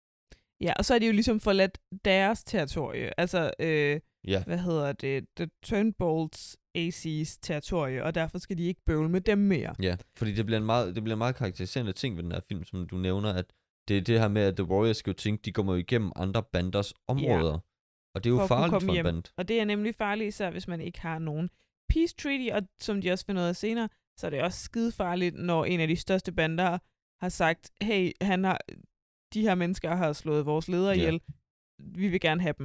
Ja, og så er de jo ligesom forladt deres territorie. Altså, øh, Ja. hvad hedder det? The Turnbulls A C's territorie, og derfor skal de ikke bøvle med dem mere. Ja, fordi det bliver en meget, det bliver en meget karakteriserende ting ved den her film, som du nævner, at det er det her med, at The Warriors skal jo tænke, de kommer jo igennem andre banders områder. Og det er jo For at kunne farligt komme for en hjem. band. Og det er nemlig farligt, især hvis man ikke har nogen peace treaty, og som de også finder ud af senere, så er det også skide farligt, når en af de største bander har sagt, hey, han har, de her mennesker har slået vores ledere Ja. ihjel, vi vil gerne have dem.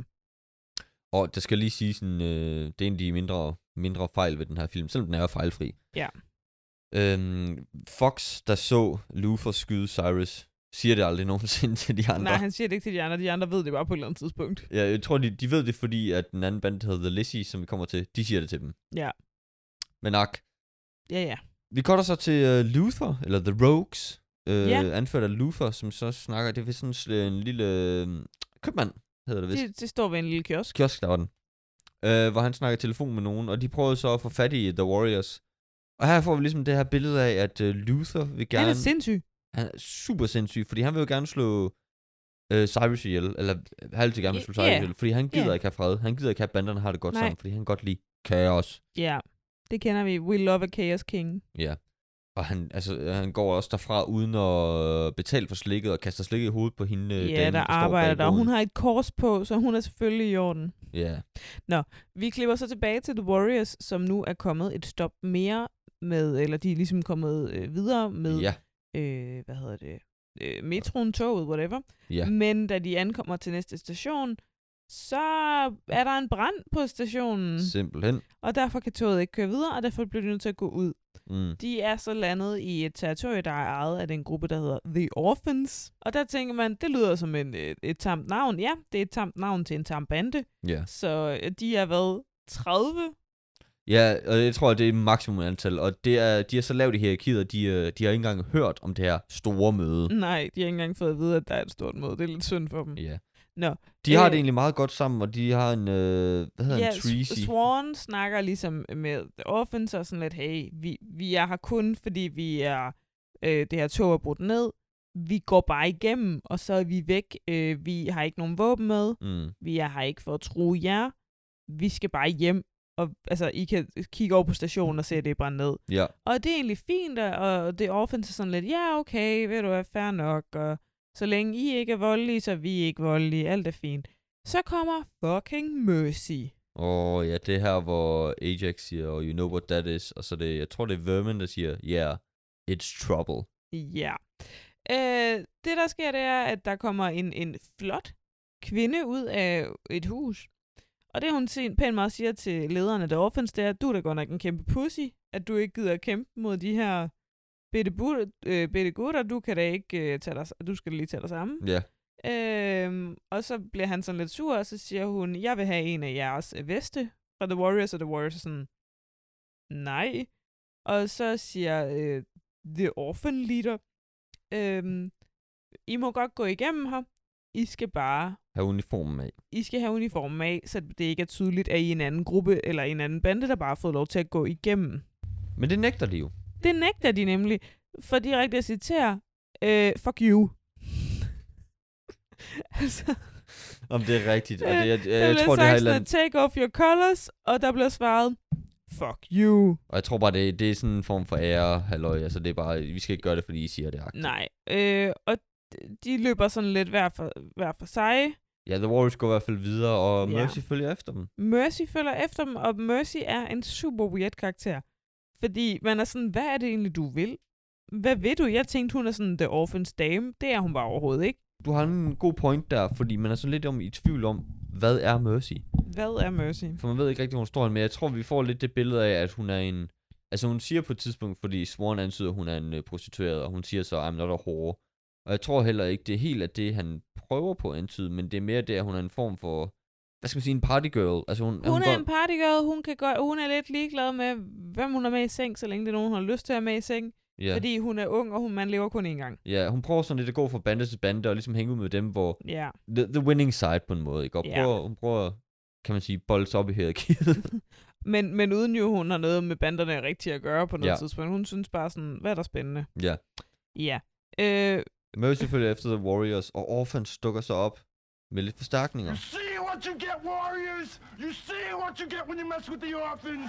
Og det skal lige sige, sådan, øh, det er en af de mindre, mindre fejl ved den her film, selvom den er fejlfri. Ja. Øhm, Fox, der så Luther skyde Cyrus, siger det aldrig nogensinde til de andre. Nej, han siger det ikke til de andre, de andre ved det bare på et eller andet tidspunkt. Ja, jeg tror, de, de ved det, fordi at den anden band, der hedder The Lizzie, som vi kommer til, de siger det til dem. Ja. Men nak. Ja, ja. Vi går så til uh, Luther, eller The Rogues, uh, Ja. anført af Luther, som så snakker, det er vist sådan en lille uh, købmand, hedder det vist. Det, det står ved en lille kiosk. Kiosk, der var den. Uh, hvor han snakker i telefon med nogen, og de prøvede så at få fat i The Warriors. Og her får vi ligesom det her billede af, at uh, Luther vil gerne... Han er sindssyg. Han er super sindssyg, fordi han vil jo gerne slå uh, Cyrus ihjel, eller har altid gerne vil slå Cyrus Ja. ihjel, fordi han gider Ja. ikke have fred. Han gider ikke have, at banderne har det godt Nej. sammen, fordi han kan godt lide kaos. Ja, det kender vi. We love a chaos king. Ja. Og han, altså, han går også derfra uden at betale for slikket, og kaster slikket i hovedet på hende. øh, Ja, dame, der står arbejder bag der. Hun boden. har et kors på, så hun er selvfølgelig i orden. Ja. Vi klipper så tilbage til The Warriors, som nu er kommet et stop mere med, eller de er ligesom kommet øh, videre med, Ja. øh, hvad hedder det, øh, metroen, toget, whatever. Ja. Men da de ankommer til næste station, så er der en brand på stationen, Simpelthen. og derfor kan toget ikke køre videre, og derfor bliver de nødt til at gå ud. Mm. De er så landet i et territorie, der er ejet af den gruppe, der hedder The Orphans. Og der tænker man, det lyder som en, et, et tamt navn. Ja, det er et tamt navn til en tam bande. Ja. Så øh, de er været tredive Ja, og jeg tror, at det er maksimum antal, og det er, de er så lavt i hierarkiet, og de, de har ikke engang hørt om det her store møde. Nej, de har ikke engang fået at vide, at der er et stort møde. Det er lidt synd for dem. Ja. Nå. De har øh, det egentlig meget godt sammen, og de har en, øh, hvad hedder ja, en, Treacy. Swan snakker ligesom med The Orphans og sådan lidt, hey, vi, vi er her kun, fordi vi er, øh, det her tog er brudt ned. Vi går bare igennem, og så er vi væk. Øh, vi har ikke nogen våben med. Mm. Vi er her ikke for at true jer. Vi skal bare hjem. Og altså, I kan kigge over på stationen og se, at det er brændt ned. Ja. Og det er egentlig fint, og det Orphans er sådan lidt, ja, okay, ved du hvad, fair nok, og så længe I ikke er voldelige, så er vi ikke voldelige, alt er fint. Så kommer fucking Mercy. Åh, oh, ja, det her, hvor Ajax siger, you know what that is, og så det, jeg tror, det er Vermin, der siger, yeah, it's trouble. Ja. Øh, det, der sker, det er, at der kommer en, en flot kvinde ud af et hus. Og det, hun siger, pænt meget siger til lederen af The Orphans, det er, at du er da godt nok en kæmpe pussy, at du ikke gider at kæmpe mod de her bitte, but, øh, bitte gutter. Du kan da ikke øh, tage dig, du skal da lige tage dig sammen. Ja. Øhm, og så bliver han sådan lidt sur, og så siger hun, jeg vil have en af jeres veste fra The Warriors, og The Warriors er sådan, nej. Og så siger øh, The Orphan Leader, øhm, I må godt gå igennem her. I skal bare have uniformen af. I skal have uniformen af, så det ikke er tydeligt, at I er en anden gruppe eller en anden bande, der bare har fået lov til at gå igennem. Men det nægter de jo. Det nægter de nemlig, for direkte at citere, øh, fuck you. altså, Om det er rigtigt. Og det, jeg, jeg, der jeg bliver tror, det har sagt et eller sådan, andet... take off your colors, og der bliver svaret, fuck you. Og jeg tror bare, det, det er sådan en form for ære, halløj. Altså det er bare, vi skal ikke gøre det, fordi I siger det aktivt. Nej, øh, og de løber sådan lidt hver for, hver for sig. Ja, The Warriors går i hvert fald videre, og Ja. Mercy følger efter dem. Mercy følger efter dem, og Mercy er en super weird karakter. Fordi man er sådan, hvad er det egentlig, du vil? Hvad vil du? Jeg tænkte, hun er sådan The Orphans dame. Det er hun bare overhovedet ikke. Du har en god point der, fordi man er så lidt om i tvivl om, hvad er Mercy? Hvad er Mercy? For man ved ikke rigtig, hvor hun står, men jeg tror, vi får lidt det billede af, at hun er en... Altså hun siger på et tidspunkt, fordi Swan antyder, at hun er en uh, prostitueret, og hun siger så, I'm not a whore. Og jeg tror heller ikke, det er helt af det, han prøver på at antyde, men det er mere det, at hun er en form for, hvad skal man sige, en partygirl. Altså hun, Hun, hun er går... en partygirl, hun, kan gå, hun er lidt ligeglad med, hvem hun er med i seng, så længe det er nogen, hun har lyst til at have med i seng. Ja. Fordi hun er ung, og hun, man lever kun én gang. Ja, hun prøver sådan lidt at gå fra bande til bande, og ligesom hænge ud med dem, hvor... Ja. The, the winning side på en måde, ikke? Og Ja. prøver, hun prøver, kan man sige, bolde sig op i hierarkiet. men, men uden jo, hun har noget med banderne rigtigt at gøre på noget Ja. tidspunkt. Hun synes bare sådan, hvad er der spændende? Ja. Ja. Øh, Mercy følger efter The Warriors, og Orphans dukker sig op med lidt forstærkninger. You see what you get, Warriors! You see what you get when you mess with the orphans!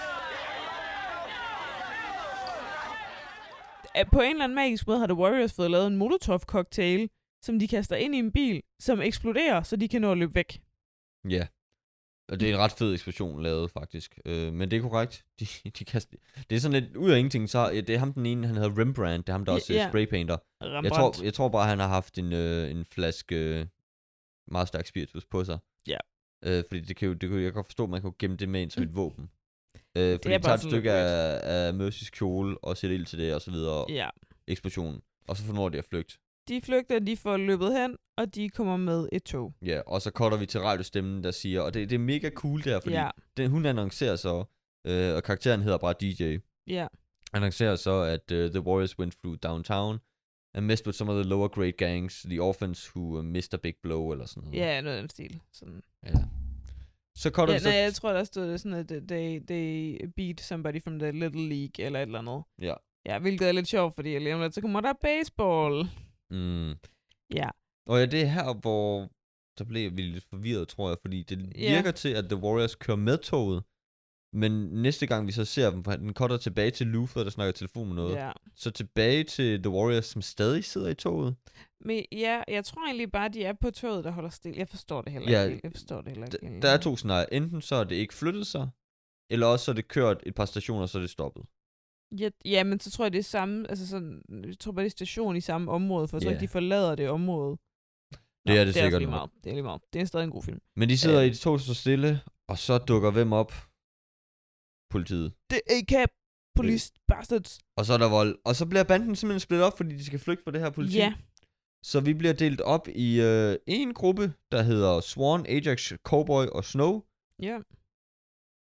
På en eller anden magisk måde har The Warriors fået lavet en Molotov-cocktail, som de kaster ind i en bil, som eksploderer, så de kan nå at løbe væk. Ja. Og det er en ret fed eksplosion lavet, faktisk. Øh, men det er korrekt. De, de kaster... Det er sådan lidt ud af ingenting. Så ja, det er ham den ene, han hedder Rembrandt. Det er ham, der også Ja, er ja. spraypainter. Rembrandt. Jeg tror, jeg tror bare, han har haft en, øh, en flaske øh, meget stærk spiritus på sig. Ja. Øh, fordi det kan jo, det kan, jeg kan godt forstå, at man kan gemme det med ind som et våben. Øh, fordi er det bare tager et sådan stykke lidt af, af Mercys kjole og sætter ild til det og så videre. Ja. Eksplosionen. Og så får de at flygte. De flygter, de får løbet hen, og de kommer med et tog. Ja, og så cutter vi til radiostemmen, der siger, og det, det er mega cool der, fordi Ja. den, hun annoncerer så, øh, og karakteren hedder bare D J, Ja. annoncerer så, at uh, the Warriors went through downtown and messed with some of the lower grade gangs, the orphans who uh, missed a big blow, eller sådan noget. Ja, noget af den stil. Sådan. Ja. Så cutter Ja, vi så... nej, jeg tror, der stod det sådan, at they, they beat somebody from the Little League, eller et eller andet. Ja. Ja, hvilket er lidt sjovt, fordi lige om lidt, så kommer der baseball. Mm. Ja. Og ja, det er her, hvor der blev vi lidt forvirret, tror jeg, fordi det Ja. virker til, at The Warriors kører med toget, men næste gang vi så ser dem, den cutter tilbage til Luther, der snakker i telefon med noget, Ja. så tilbage til The Warriors, som stadig sidder i toget. Men ja, jeg tror egentlig bare, de er på toget, der holder stille. Jeg forstår det heller Ja, ikke. helt. Jeg forstår det heller ikke. D- helt. der er to scenarier. Enten så er det ikke flyttet sig, eller også så er det kørt et par stationer, så er det stoppet. Ja, ja, men så tror jeg, det er samme, altså sådan, jeg tror bare, det er station i samme område, for jeg tror Ja. ikke, de forlader det område. Det er det det sikkert er lige nok. meget. Det er lige meget. Det er stadig en god film. Men de sidder Øh. i et tog så stille, og så dukker hvem op? Politiet. Det er A C A P Police Bastards. Og så er der vold. Og så bliver banden simpelthen splittet op, fordi de skal flygte fra det her politi. Ja. Så vi bliver delt op i øh, en gruppe, der hedder Swan, Ajax, Cowboy og Snow. Ja.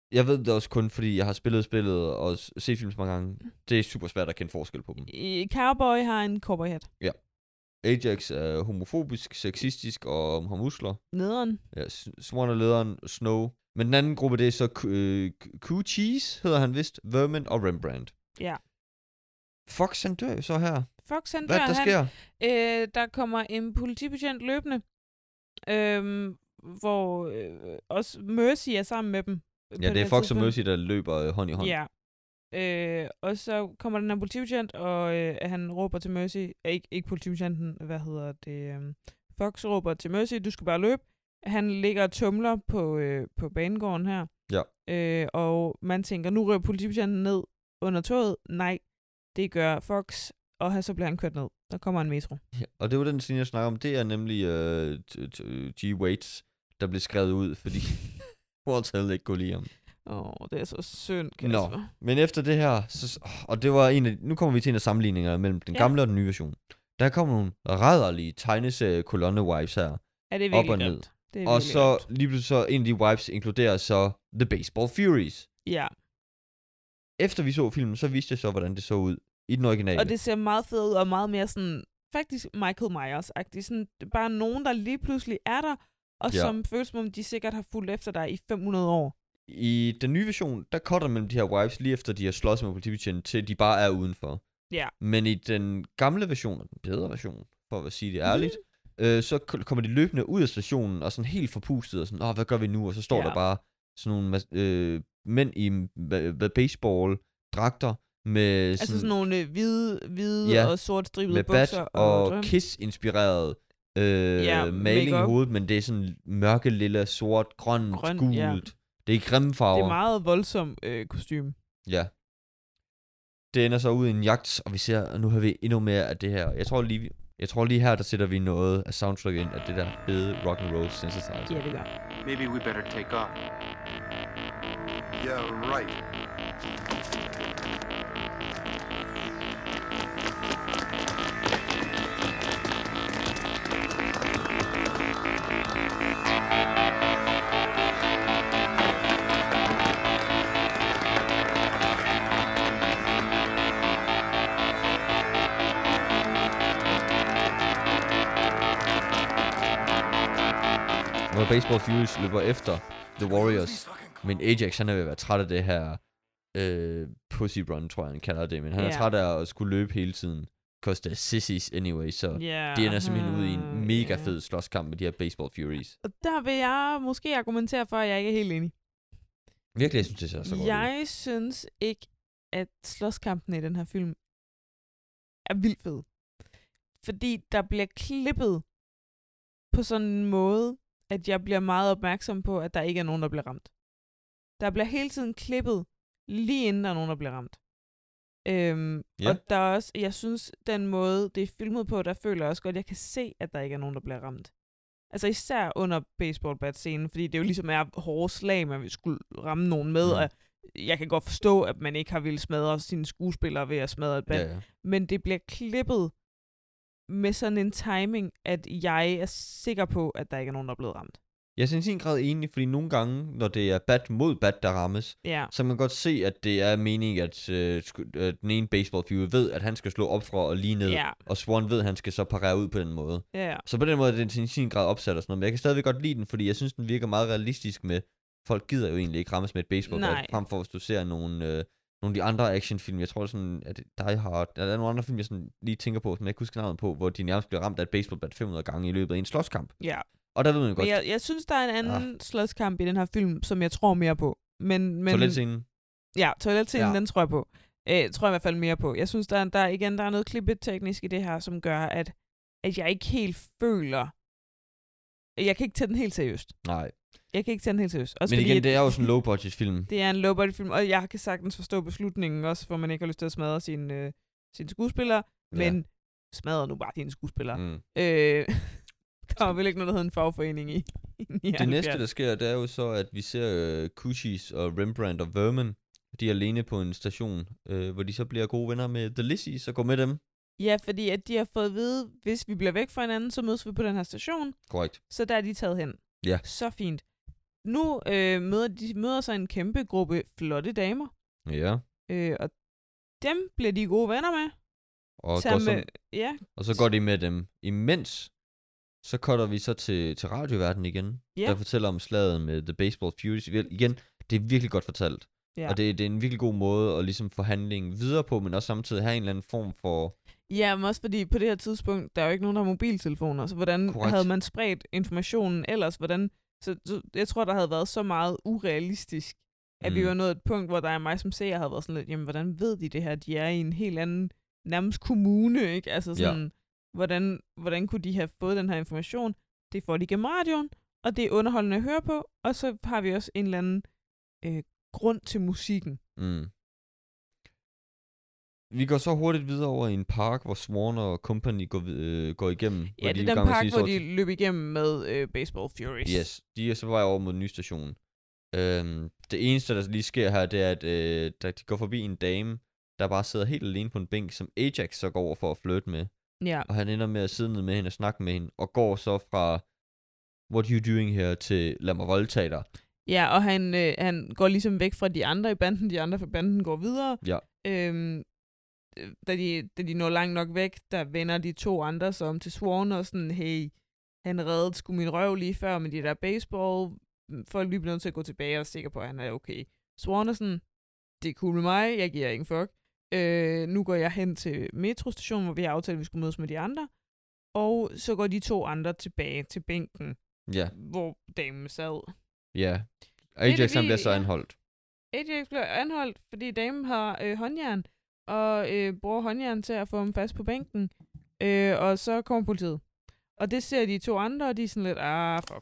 jeg ved det også kun, fordi jeg har spillet spillet og s- set film så mange gange. Det er super svært at kende forskel på dem. I- Cowboy har en cowboyhat. Ajax er homofobisk, sexistisk og har muskler. Nederen. Ja, S- Swan er lederen, Snow. Men den anden gruppe, det er så Q- øh, Q Cheese, hedder han vist, Vermin og Rembrandt. Ja. Fox, han dør jo så her. Fox, han Hvad dør, der han, sker? Øh, der kommer en politibetjent løbende, øhm, hvor øh, også Mercy er sammen med dem. Ja, det er Fox og Mercy, der løber øh, hånd i hånd. Ja. Øh, og så kommer den her politibetjent, og øh, han råber til Mercy, øh, ikke, ikke politibetjenten, hvad hedder det, øh, Fox råber til Mercy, du skal bare løbe. Han ligger og tumler på, øh, på banegården her. Ja. Øh, og man tænker, nu rører politibetjenten ned under toget. Nej, det gør Fox, og her, så bliver han kørt ned. Der kommer en metro. Ja, og det var den scene, jeg snakker om. Det er nemlig øh, G. Waits, der blev skrevet ud, fordi Walter Hill ikke kunne lide ham. Åh, oh, det er så synd, Nå, Kasper. men efter det her, så, og det var en af, nu kommer vi til en af sammenligningerne mellem den Ja. gamle og den nye version. Der kommer nogle rædderlige tegneserie-kolonne-wipes her. Ja, det er Op virkelig og ned. grimt. Det er Og virkelig så grimt. lige pludselig så en af de wipes inkluderer så The Baseball Furies. Ja, Efter vi så filmen, så viste jeg så, hvordan det så ud i den originale. og det ser meget fedt ud, og meget mere sådan, faktisk Michael Myers-agtigt. Sådan, bare nogen, der lige pludselig er der, og Ja. som føles som om, de sikkert har fulgt efter dig i fem hundrede år. I den nye version, der cutter mellem de her wipes lige efter de har slås med politibetjenten, til de bare er udenfor. Ja. Men i den gamle version, og den bedre version, for at sige det ærligt, øh, så k- kommer de løbende ud af stationen, og sådan helt forpustet, og sådan, åh, hvad gør vi nu? Og så står Ja. der bare sådan nogle mas- øh, mænd i med baseball-dragter, med Altså sådan nogle øh, hvide, hvide Ja, og sort stribede med bukser. bat og, drøm. Kiss-inspireret øh, Ja, maling i makeup. hovedet, men det er sådan mørke, lilla, sort, grønt, Grøn, gult. ja. Det er grimme farver. Det er meget voldsom øh, kostume. Ja. Det ender så ud i en jagt, og vi ser, og nu har vi endnu mere af det her. Jeg tror lige, jeg tror lige her, der sætter vi noget af soundtrack ind af det der fede rock and roll synthesizer. Ja, det gør. Maybe we better take off. Yeah, right. Hvor Baseball Furies løber efter The Warriors, men Ajax, han er ved at være træt af det her øh, pussy run, tror jeg, han kalder det, men han er Ja. træt af at skulle løbe hele tiden. Cause they're sissies anyway, så Ja. de ender simpelthen ude i en hmm, mega ja. fed slåskamp med de her Baseball Furies. Og der vil jeg måske argumentere for, at jeg ikke er helt enig. Virkelig, jeg synes, det ser så godt ud. Jeg synes ikke, at slåskampen i den her film er vildt fed. Fordi der bliver klippet på sådan en måde, at jeg bliver meget opmærksom på, at der ikke er nogen, der bliver ramt. Der bliver hele tiden klippet, lige inden der er nogen, der bliver ramt. Øhm, Ja. Og der er også, jeg synes, den måde, det er filmet på, der føler jeg også godt, at jeg kan se, at der ikke er nogen, der bliver ramt. Altså især under baseball bat scenen, fordi det jo ligesom er hårde slag, man vil skulle ramme nogen med, Mm. og jeg kan godt forstå, at man ikke har ville smadre sine skuespillere ved at smadre et bat, Ja, ja. men det bliver klippet med sådan en timing, at jeg er sikker på, at der ikke er nogen, der er blevet ramt. Jeg er sådan i sin grad enig, fordi nogle gange, når det er bat mod bat, der rammes, Ja, så kan man godt se, at det er meningen, at øh, sku- øh, den ene baseball fury ved, at han skal slå op fra og lige ned, ja, og Swan ved, at han skal så parere ud på den måde. ja. Så på den måde er den til sin- sin grad opsat og sådan noget, men jeg kan stadigvæk godt lide den, fordi jeg synes, den virker meget realistisk med, folk gider jo egentlig ikke rammes med et baseballbat, Nej. frem for hvis du ser nogle, øh, nogle af de andre actionfilm, jeg tror det er sådan, at Die Hard, der er nogle andre film, jeg sådan lige tænker på, som jeg ikke husker navnet på, hvor de nærmest bliver ramt af et baseballbat fem hundrede gange i løbet af en slåskamp. ja. Og der ved man jo godt, Men jeg, jeg synes, der er en anden ah. slåskamp i den her film, som jeg tror mere på. Men, men, toiletscenen. Ja, toiletscenen, Ja. den tror jeg på. Øh, tror jeg i hvert fald mere på. Jeg synes, der, er- der er igen der er noget klippeteknisk i det her, som gør, at, at jeg ikke helt føler... Jeg kan ikke tage den helt seriøst. Nej. Jeg kan ikke tage den helt seriøst. Også Men fordi, igen, at det er jo sådan en low-budget film. det er en low-budget film, og jeg kan sagtens forstå beslutningen også, hvor man ikke har lyst til at smadre sine, øh, sine skuespillere, men Ja. smadre nu bare dine skuespillere. Mm. Øh, der er vel ikke noget, der hedder en fagforening i, i Det næste, der sker, det er jo så, at vi ser uh, Cochise og Rembrandt og Vermin. De er alene på en station, uh, hvor de så bliver gode venner med The Lissies og går med dem. Ja, fordi at de har fået at vide, hvis vi bliver væk fra hinanden, så mødes vi på den her station. Korrekt. Så der er de taget hen. Ja. Så fint. nu øh, møder de møder så en kæmpe gruppe flotte damer, Ja. øh, og dem bliver de gode venner med. Og, går Sammen så, med, ja, og så går de med dem. Imens, så cutter vi så til, til radioverdenen igen, Ja. der fortæller om slaget med The Baseball Furies. Vir- Igen, det er virkelig godt fortalt. ja. Og det, det er en virkelig god måde at ligesom få handlingen videre på, men også samtidig have en eller anden form for... Ja, men også fordi på det her tidspunkt, der er jo ikke nogen, der har mobiltelefoner, så hvordan Korrekt. havde man spredt informationen ellers? Hvordan, så, så jeg tror, der havde været så meget urealistisk, at mm. vi Mm. var nået et punkt, hvor der er mig som seer havde været sådan lidt, jamen hvordan ved de det her? De er i en helt anden, nærmest kommune, ikke? Altså sådan, ja. hvordan, hvordan kunne de have fået den her information? Det får de gennem radioen, og det er underholdende at høre på, og så har vi også en eller anden øh, grund til musikken. Mm. Vi går så hurtigt videre over i en park, hvor Swan og Company går, øh, går igennem. hvor Ja, de det er i den gang med at park, sige hvor sort- de løb igennem med øh, Baseball Furies. Yes, de er så på vej over mod den nye station. Øhm, det eneste, der lige sker her, det er, at øh, der, de går forbi en dame, der bare sidder helt alene på en bænk, som Ajax så går over for at flirte med. Ja. Og han ender med at sidde ned med hende og snakke med hende, og går så fra, what are you doing here, til lad mig voldtage dig. Ja, og han, øh, han går ligesom væk fra de andre i banden. De andre fra banden går videre. Ja. Øhm, øh, da, de, da de når langt nok væk, der vender de to andre så om til Swan og sådan, hey, han reddede sgu min røv lige før med de der baseball. Folk lige bliver nødt til at gå tilbage og er sikker på, at han er okay. Swan er sådan, det er cool med mig, jeg giver ingen fuck. Øh, nu går jeg hen til metrostationen, hvor vi har aftalt, at vi skulle mødes med de andre. Og så går de to andre tilbage til bænken, Ja, hvor damen sad. ja. er det, Ajax han vi- bliver så ja. anholdt. Ajax blev anholdt, fordi damen har øh, håndjern, og øh, bruger håndjern til at få ham fast på bænken. Øh, og så kommer politiet. Og det ser de to andre, og de er sådan lidt, ah, fuck.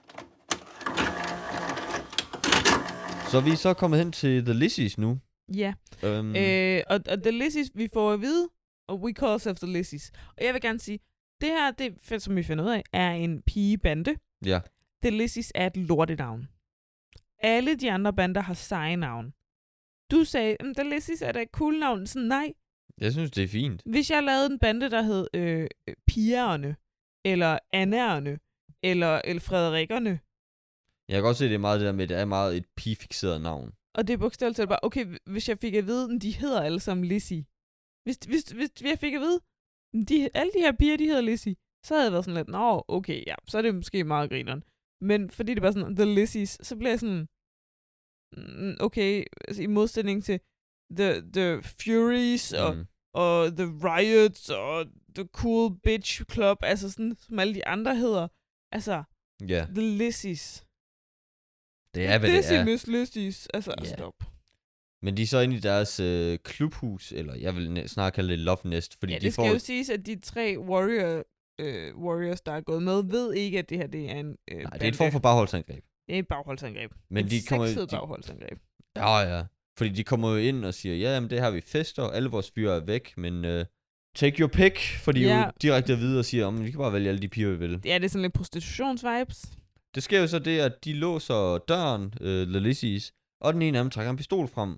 Så vi er så kommet hen til The Lizzys nu. Ja. Øhm, Øh, og, og The Lizzys, vi får at vide, og we call ourselves The Lizzys. Og jeg vil gerne sige, det her, det fedt, som vi finder ud af, er en pigebande. Ja. The Lizzys er et lortenavn. Alle de andre bander har seje navn. Du sagde, mm, The Lizzys er da et cool navn. Sådan, nej. Jeg synes, det er fint. Hvis jeg lavede en bande, der hed øh, øh, Pigerne, eller Annerne, eller, eller Frederikkerne, Jeg kan godt se, det er meget det der med, det er meget et pigefixeret navn. og det er bogstaveligt talt bare, okay, hvis jeg fik at vide, at de hedder alle sammen Lizzie. Hvis, hvis, hvis jeg fik at vide, de, alle de her piger, de hedder Lizzie, så havde jeg været sådan lidt, nå, okay, ja, så er det måske meget grineren. Men fordi det var sådan, The Lizzies, så blev jeg sådan, mm, okay, altså, i modsætning til The, the Furies, og, Mm. og The Riots, og The Cool Bitch Club, altså sådan, som alle de andre hedder. Altså, Ja, The Lizzies. det er, hvad det er. Miss Lizzies. Altså, Ja. stop. Men de er så inde i deres øh, klubhus, eller jeg vil næ- snart kalde det Love Nest, fordi Ja, de det skal får... jo siges, at de tre warrior, øh, warriors, der er gået med, ved ikke, at det her det er en øh, Nej, det er et form for bagholdsangreb. Det er et bagholdsangreb. Men et de kommer- sexet de- bagholdsangreb. Ja, ja. Fordi de kommer jo ind og siger, ja, jamen det har vi fester, alle vores fyre er væk, men uh, take your pick, for de Ja. jo direkte videre og siger, om vi kan bare vælge alle de piger, vi vil. Ja, det er sådan lidt prostitutionsvibes. Det sker jo så det, at de låser døren, uh, The Lizzys, og den ene af dem trækker en pistol frem.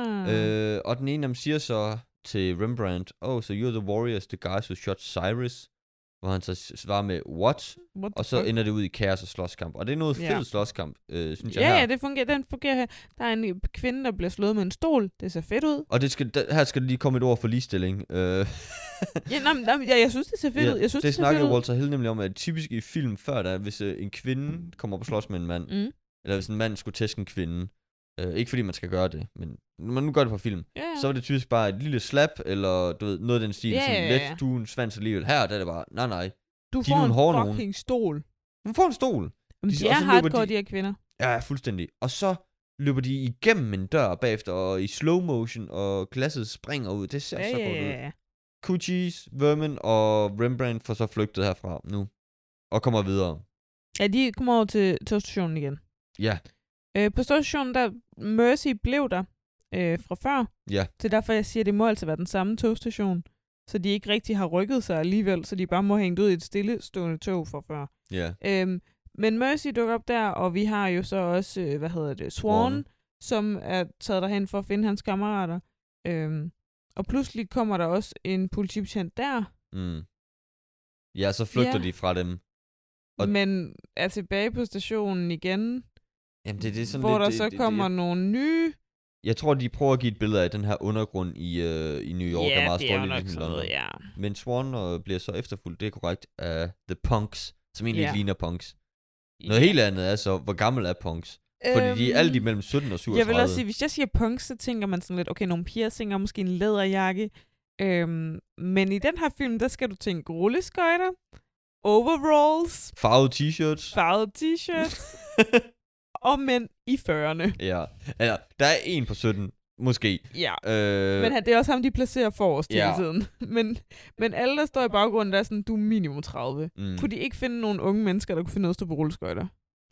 Ja. Øh, og den ene af dem siger så til Rembrandt, oh, so you're the warriors, the guys who shot Cyrus. Hvor han så s- svarer med, what? What the Og så fuck? ender det ud i kaos og slåskamp. Og det er noget Ja. fedt slåskamp, øh, synes jeg Ja, her. ja, det fungerer, den fungerer her. Der er en kvinde, der bliver slået med en stol. Det ser fedt ud. Og det skal, der, her skal lige komme et ord for ligestilling. Øh, Ja, nej, men- nej, men- ja, jeg synes, det ser fedt ja, ud. Jeg synes, det det ser fedt snakkede ud. Walter Hill nemlig om, at typisk i film før, der, hvis øh, en kvinde kommer op og slås med en mand, Mm. eller hvis en mand skulle tæske en kvinde, øh, ikke fordi man skal gøre det, men når man nu gør det på film, Ja, ja. så var det typisk bare et lille slap, eller du ved, noget af den stil, Ja, sådan ja, ja. let, du er en svans alligevel. Her der er det bare, nej nej, Du de er får nogle en hårde nogen. fucking stol. hun får en stol. Jamen, De- de, og er så løber hardcore, de- de her kvinder. Ja, fuldstændig. Og så løber de igennem en dør bagefter, og i slow motion, og glasset springer ud. Det ser Ja, så ja, godt ud. ja, ja. Cochise, Vermin og Rembrandt får så flygtet herfra nu. Og kommer videre. Ja, de kommer over til togstationen igen. Ja, Øh, på togstationen, der Mercy blev der øh, fra før. ja, Så derfor jeg siger, at det må altså være den samme togstation. Så de ikke rigtig har rykket sig alligevel, så de bare må hænge ud i et stillestående tog fra før. ja. Øhm, men Mercy dukker op der, og vi har jo så også, øh, hvad hedder det, Swan, Swan. som er taget derhen for at finde hans kammerater. Øhm, og pludselig kommer der også en politibetjent der, Mm. Ja, så flygter Ja. de fra dem. Og- og men er tilbage på stationen igen. Jamen, det, det er sådan hvor lidt, der det, så det, kommer det, nogle nye... Jeg tror, de prøver at give et billede af den her undergrund i, øh, i New York, Ja, er meget det er stor jo lige nok ligesom sådan noget, London. ja. Men Swan øh, bliver så efterfulgt, det er korrekt, af The Punks, som egentlig Ja. ikke ligner Punks. Noget helt andet er så, hvor gammel er Punks? Fordi Øhm, de er alt imellem sytten og syvogtredive. Jeg vil også sige, hvis jeg siger punks, så tænker man sådan lidt, okay, nogle piercinger, måske en læderjakke. Øhm, men i den her film, der skal du tænke rulleskøjter, overalls, Farvede t-shirts. farvede t-shirts, og mænd i fyrrerne. Ja. Eller, der er en på sytten, måske. Ja. Øh, Men han, det er også ham, de placerer forrest Ja. hele tiden. Men, men alle, der står i baggrunden, der er sådan, du er minimum tredive. mm. Kunne de ikke finde nogle unge mennesker, der kunne finde ud af at stå på rulleskøjter?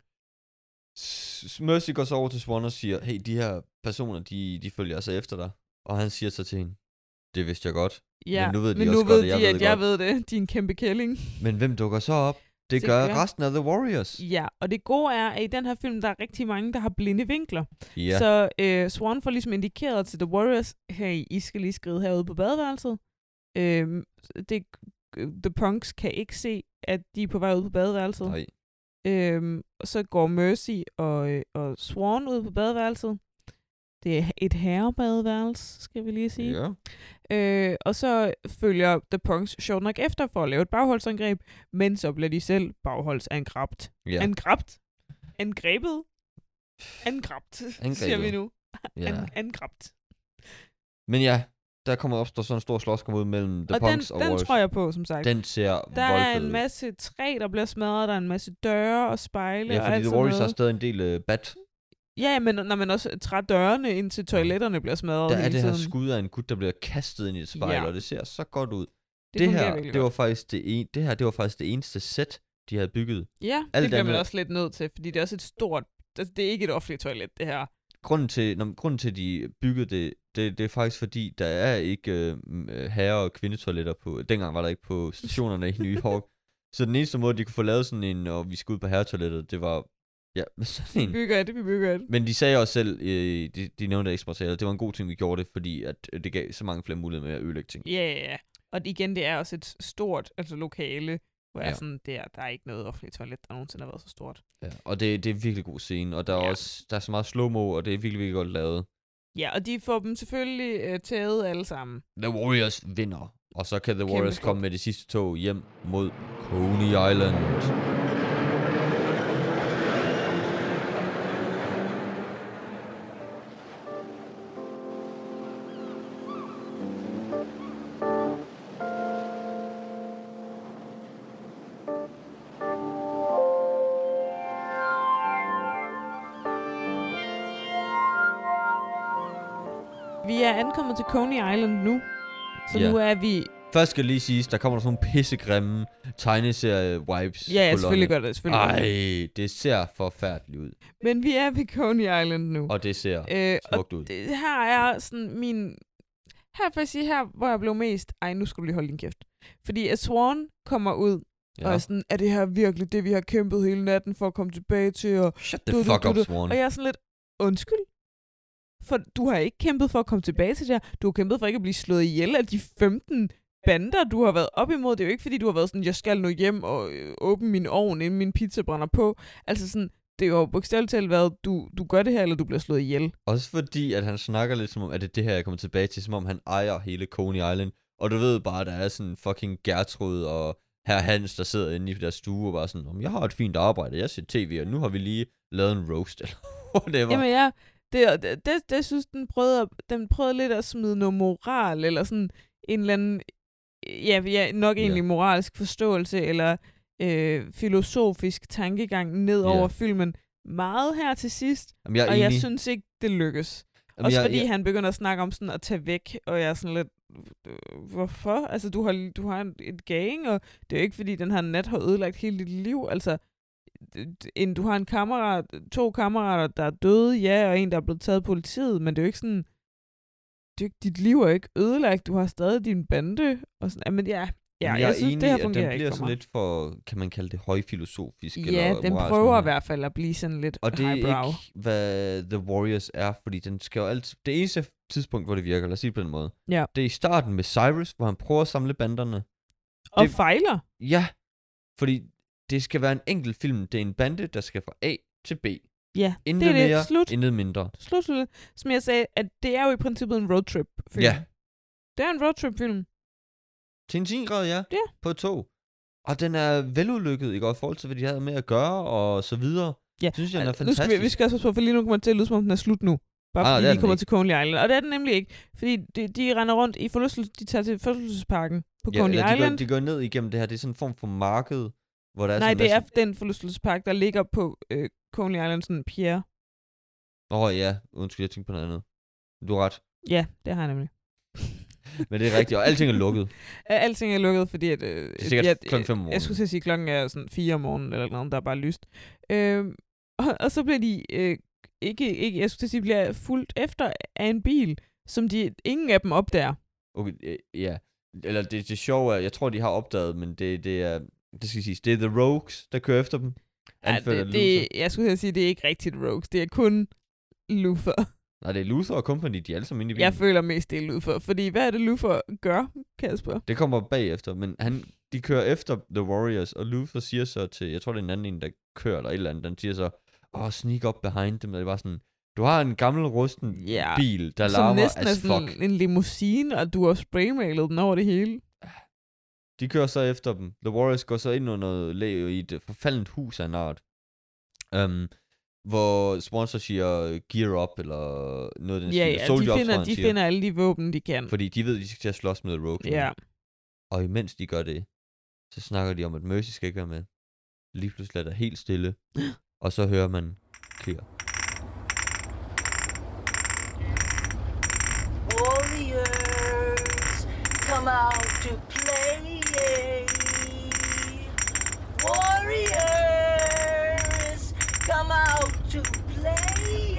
S- Mercy går så over til Swan og siger, hey, de her personer, de, de følger altså efter dig. Og han siger så til hende, det vidste jeg godt. Ja, Men nu ved de men også nu godt, ved at de, jeg at ved det jeg godt. ved det. De er en kæmpe kælling. Men hvem dukker så op? Det, Det gør gør- resten af The Warriors. Ja, og det gode er, at i den her film, der er rigtig mange, der har blinde vinkler. Ja. Så øh, Swan får ligesom indikeret til The Warriors, hey, I skal lige skride herude på badeværelset. Øh, det, The Punks kan ikke se, at de er på vej ud på badeværelset. Nej. Øhm, og så går Mercy og, øh, og Swan ud på badeværelset. Det er et herrebadeværelse, skal vi lige sige. Ja. Øh, og så følger The Punks sjovt nok efter for at lave et bagholdsangreb, men så bliver de selv bagholdsangrabt. Ja. Angrabt? Angrebet? Angrabt, siger vi nu. Ja. An- angrabt. Men ja, der kommer opstår sådan en stor slåskamp ud mellem The Og Punks den, og den Warriors. tror jeg på, som sagt. Den ser der er voldfed en ud. masse træ, der bliver smadret, der er en masse døre og spejle Ja, og fordi alt The sådan Warriors har noget. stadig en del uh, bat. Ja, men når man også træder dørene ind til toiletterne bliver smadret Der er hele det her tiden. skud af en gut, der bliver kastet ind i et spejl, Ja. og det ser så godt ud. Det Det, det fungerer her, virkelig det var godt. faktisk det, en, det her, det var faktisk det eneste sæt, de havde bygget. Ja, det Alt bliver man andet- også lidt nødt til, fordi det er også et stort... Altså, det er ikke et offentligt toilet, det her. Grunden til, når, grunden til, at de byggede det, det, det er faktisk fordi, der er ikke uh, herre- og kvindetoiletter på, dengang var der ikke på stationerne i New York. Så den eneste måde, de kunne få lavet sådan en, og vi skulle ud på herretoilettet, det var, ja, med sådan Vi en. bygger det, vi bygger det. Men de sagde også selv, øh, de, de nævnte ekstra materiale, det var en god ting, vi gjorde det, fordi at øh, det gav så mange flere muligheder med at ødelægge ting. Ja, ja, ja. Og igen, det er også et stort altså lokale, hvor Ja. ja. sådan, der, der er ikke noget offentligt toilet, der nogensinde har været så stort. Ja, og det, det er en virkelig god scene, og der er Ja. også der er så meget slow-mo, og det er virkelig, virkelig godt lavet. Ja, og de får dem selvfølgelig øh, taget alle sammen. The Warriors vinder, og så kan The Kæmpe Warriors stort. komme med det sidste tog hjem mod Coney Island. Vi er ankommet til Coney Island nu, så Ja. nu er vi... Først skal lige siges, der kommer der sådan nogle pissegrimme tegneserie-vibes. Ja, ja, på selvfølgelig London. gør det. Selvfølgelig gør det. Ej, det ser forfærdeligt ud. Men vi er ved Coney Island nu. Og det ser Øh, smukt og ud. det, her er sådan min... Her får jeg sige her, hvor jeg blev mest... Ej, nu skal du lige holde din kæft. Fordi at Swan kommer ud, ja. og er sådan, er det her virkelig det, vi har kæmpet hele natten for at komme tilbage til? Og, Shut the fuck up, Swan. og jeg er sådan lidt, undskyld? For du har ikke kæmpet for at komme tilbage til det her. Du har kæmpet for ikke at blive slået ihjel af de femten bander, du har været op imod. Det er jo ikke, fordi du har været sådan, jeg skal nu hjem og øh, åbne min ovn, inden min pizza brænder på. Altså sådan, det er jo bogstaveligt talt været, du, du gør det her, eller du bliver slået ihjel. Også fordi, at han snakker lidt som om, at det er det her, jeg kommer tilbage til, som om han ejer hele Coney Island. Og du ved bare, der er sådan fucking Gertrud og herr Hans, der sidder inde i deres stue og bare sådan, om jeg har et fint arbejde, jeg ser tv, og nu har vi lige lavet en roast, eller whatever. Jamen ja, det, det, det, det synes den prøvede, at- den prøvede lidt at smide noget moral, eller sådan en eller anden, ja, ja nok egentlig Ja. moralsk forståelse, eller øh, filosofisk tankegang ned Ja. over filmen. Meget her til sidst, Jamen, jeg er og enig. jeg synes ikke, det lykkes. Jamen, Også jeg, fordi jeg, han begynder at snakke om sådan at tage væk, og jeg er sådan lidt, øh, hvorfor? Altså, du har, du har en, et gang, og det er jo ikke, fordi den her nat har ødelagt hele dit liv. Altså, d- en, du har en kammerat, to kammerater, der er døde, ja, og en, der er blevet taget af politiet, men det er jo ikke sådan, det er jo ikke, dit liv er ikke ødelagt, du har stadig din bande, og sådan, men ja, ja Jamen, jeg, jeg synes, er det her enig, at fungerer den ikke bliver for sådan mig. lidt for, kan man kalde det højfilosofisk, Ja, eller den moralsk prøver nogle i hvert fald at blive sådan lidt Og det er highbrow. ikke, hvad The Warriors er, fordi den skal jo altid... Det eneste tidspunkt, hvor det virker, lad os sige det på den måde, Ja. det er i starten med Cyrus, hvor han prøver at samle banderne. Og det- fejler. Ja, fordi det skal være en enkelt film. Det er en bande, der skal fra A til B. Ja, Intet det er det. mere, Slut. intet mindre. Slut, slut. Som jeg sagde, at det er jo i princippet en roadtrip-film. Ja. Det er en roadtrip-film. Til en sin grad, ja. Ja. På et tog. Og den er veludlykket i godt forhold til, hvad de havde med at gøre, og så videre. Ja. Synes jeg, den er Nu fantastisk. skal vi, vi skal også passe på, for lige nu kommer det til at lyde, som om den er slut nu. Bare Ah, fordi det er de den kommer ikke. til Coney Island. Og det er den nemlig ikke. Fordi de, de render rundt i forlystelse, de tager til forlystelsesparken på Ja, Coney eller de Island. Går, de går ned igennem det her. Det er sådan en form for marked, hvor der er Nej, sådan det er masse... den forlystelsespark, der ligger på øh, Coney Island, sådan en pier. Åh oh, ja, undskyld, jeg tænkte på noget andet. Du har ret. Ja, det har jeg nemlig. Men det er rigtigt, og alting er lukket. Alting er lukket, fordi at... Øh, Det er sikkert jeg, klokken fem om Jeg morgenen. skulle til at sige, at klokken er sådan fire om morgenen, eller noget, der er bare lyst. Øh, og, og så bliver de... Øh, ikke, ikke, jeg skulle til at sige, bliver fuldt efter af en bil, som de ingen af dem opdager. Okay, øh, ja. Eller det, det sjove er, jeg tror, de har opdaget, men det, det er... Det skal siges, det er The Rogues, der kører efter dem. Ja, Anført af det, det, Luther. jeg skulle til at sige, det er ikke rigtigt Rogues. Det er kun Luther. Nej, det er Luther og Company, de er alle sammen inde i bilen. Jeg føler mest, det er Luther. Fordi hvad er det, Luther gør, Kasper? Det kommer bagefter, men han, de kører efter The Warriors, og Luther siger så til, jeg tror det er en anden en, der kører, eller et eller andet, den siger så, åh, oh, sneak up behind dem, og det var sådan, du har en gammel rusten Ja, bil, der som larmer næsten er as sådan fuck. en limousine, og du har spraymalet den over det hele. De kører så efter dem. The Warriors går så ind under noget læ i et forfaldent hus af en art. Um, hvor sponsor siger gear up, eller noget den Ja, siger. ja, Soldier de up, finder, tror jeg, de han siger. finder alle de våben, de kan. Fordi de ved, at de skal til at slås med The Rogues. Ja. Og imens de gør det, så snakker de om, at Mercy skal ikke være med. Lige pludselig er der helt stille. Og så hører man clear. Warriors, come out to play. Warriors, come out to play.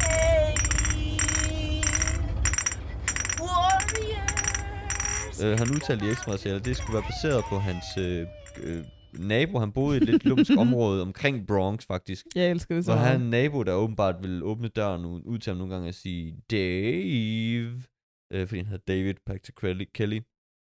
Warriors. Øh, han udtalte i Ekstra, at det skulle være baseret på hans øh, øh, nabo. Han boede i et lidt lumsk område omkring Bronx, faktisk. Jeg elsker det så Hvor meget. han en nabo, der åbenbart ville åbne døren ud til ham nogle gange og sige, Dave. Øh, fordi han hedder David Patrick Kelly.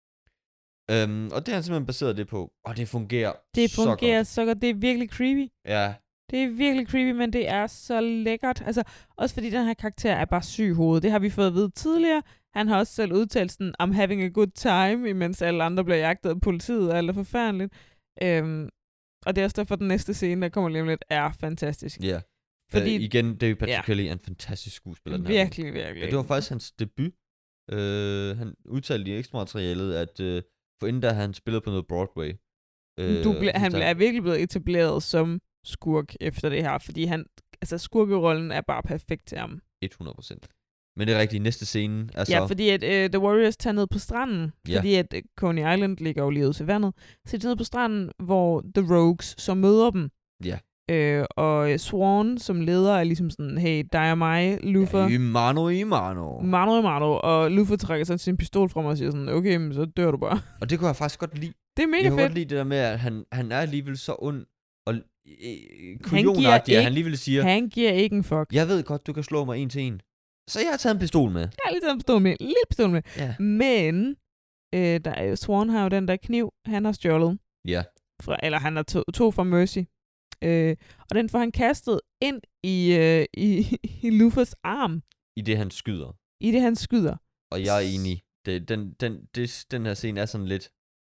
Um, og det har han simpelthen baseret det på. Og det fungerer Det så fungerer godt. så godt. Det er virkelig creepy. Ja. Det er virkelig creepy, men det er så lækkert. Altså, også fordi den her karakter er bare syg i hovedet. Det har vi fået at vide tidligere. Han har også selv udtalt sådan, I'm having a good time, imens alle andre bliver jagtet af politiet, og alt er forfærdeligt. Øhm, og det er også derfor, den næste scene, der kommer lige om lidt, er fantastisk. Ja. Fordi, Uh, igen, David Patrick ja. Kelly er en fantastisk skuespiller. Den her Virkelig, virkelig. Ja, det var faktisk hans debut. Uh, han udtalte i ekstra materialet, at uh, for inden da han spillede på noget Broadway. Uh, du ble, han så- er virkelig blevet etableret som skurk efter det her, fordi han, altså skurkerollen er bare perfekt til ham. hundrede procent. Men det er rigtigt, næste scene er så... Ja, fordi at uh, The Warriors tager ned på stranden, Ja. fordi at uh, Coney Island ligger jo lige ud til vandet, så de tager ned på stranden, hvor The Rogues så møder dem. Ja. Øh, og Swan som leder er ligesom sådan, hey, dig og mig, Luther. Ja, mano i mano. Mano i mano. Og Luther trækker så sin pistol frem og siger sådan, okay, men så dør du bare. Og det kunne jeg faktisk godt lide. Det er mega jeg kunne fedt. godt lide det der med, at han, han er alligevel så ond og øh, Han kujonagtig, giver, at han ikke, alligevel siger, han giver ikke en fuck. jeg ved godt, du kan slå mig en til en. Så jeg har taget en pistol med. Jeg har lige taget en pistol med. En lille pistol med. Ja. Men, øh, der er jo, Swan har jo den der kniv, han har stjålet. Ja. Fra, eller han har to, to fra Mercy. Øh, og den får han kastet ind i, øh, i, i Luthers arm, I det, han skyder. i det han skyder. Og jeg er enig. Det, den, den, det, den her scene er sådan lidt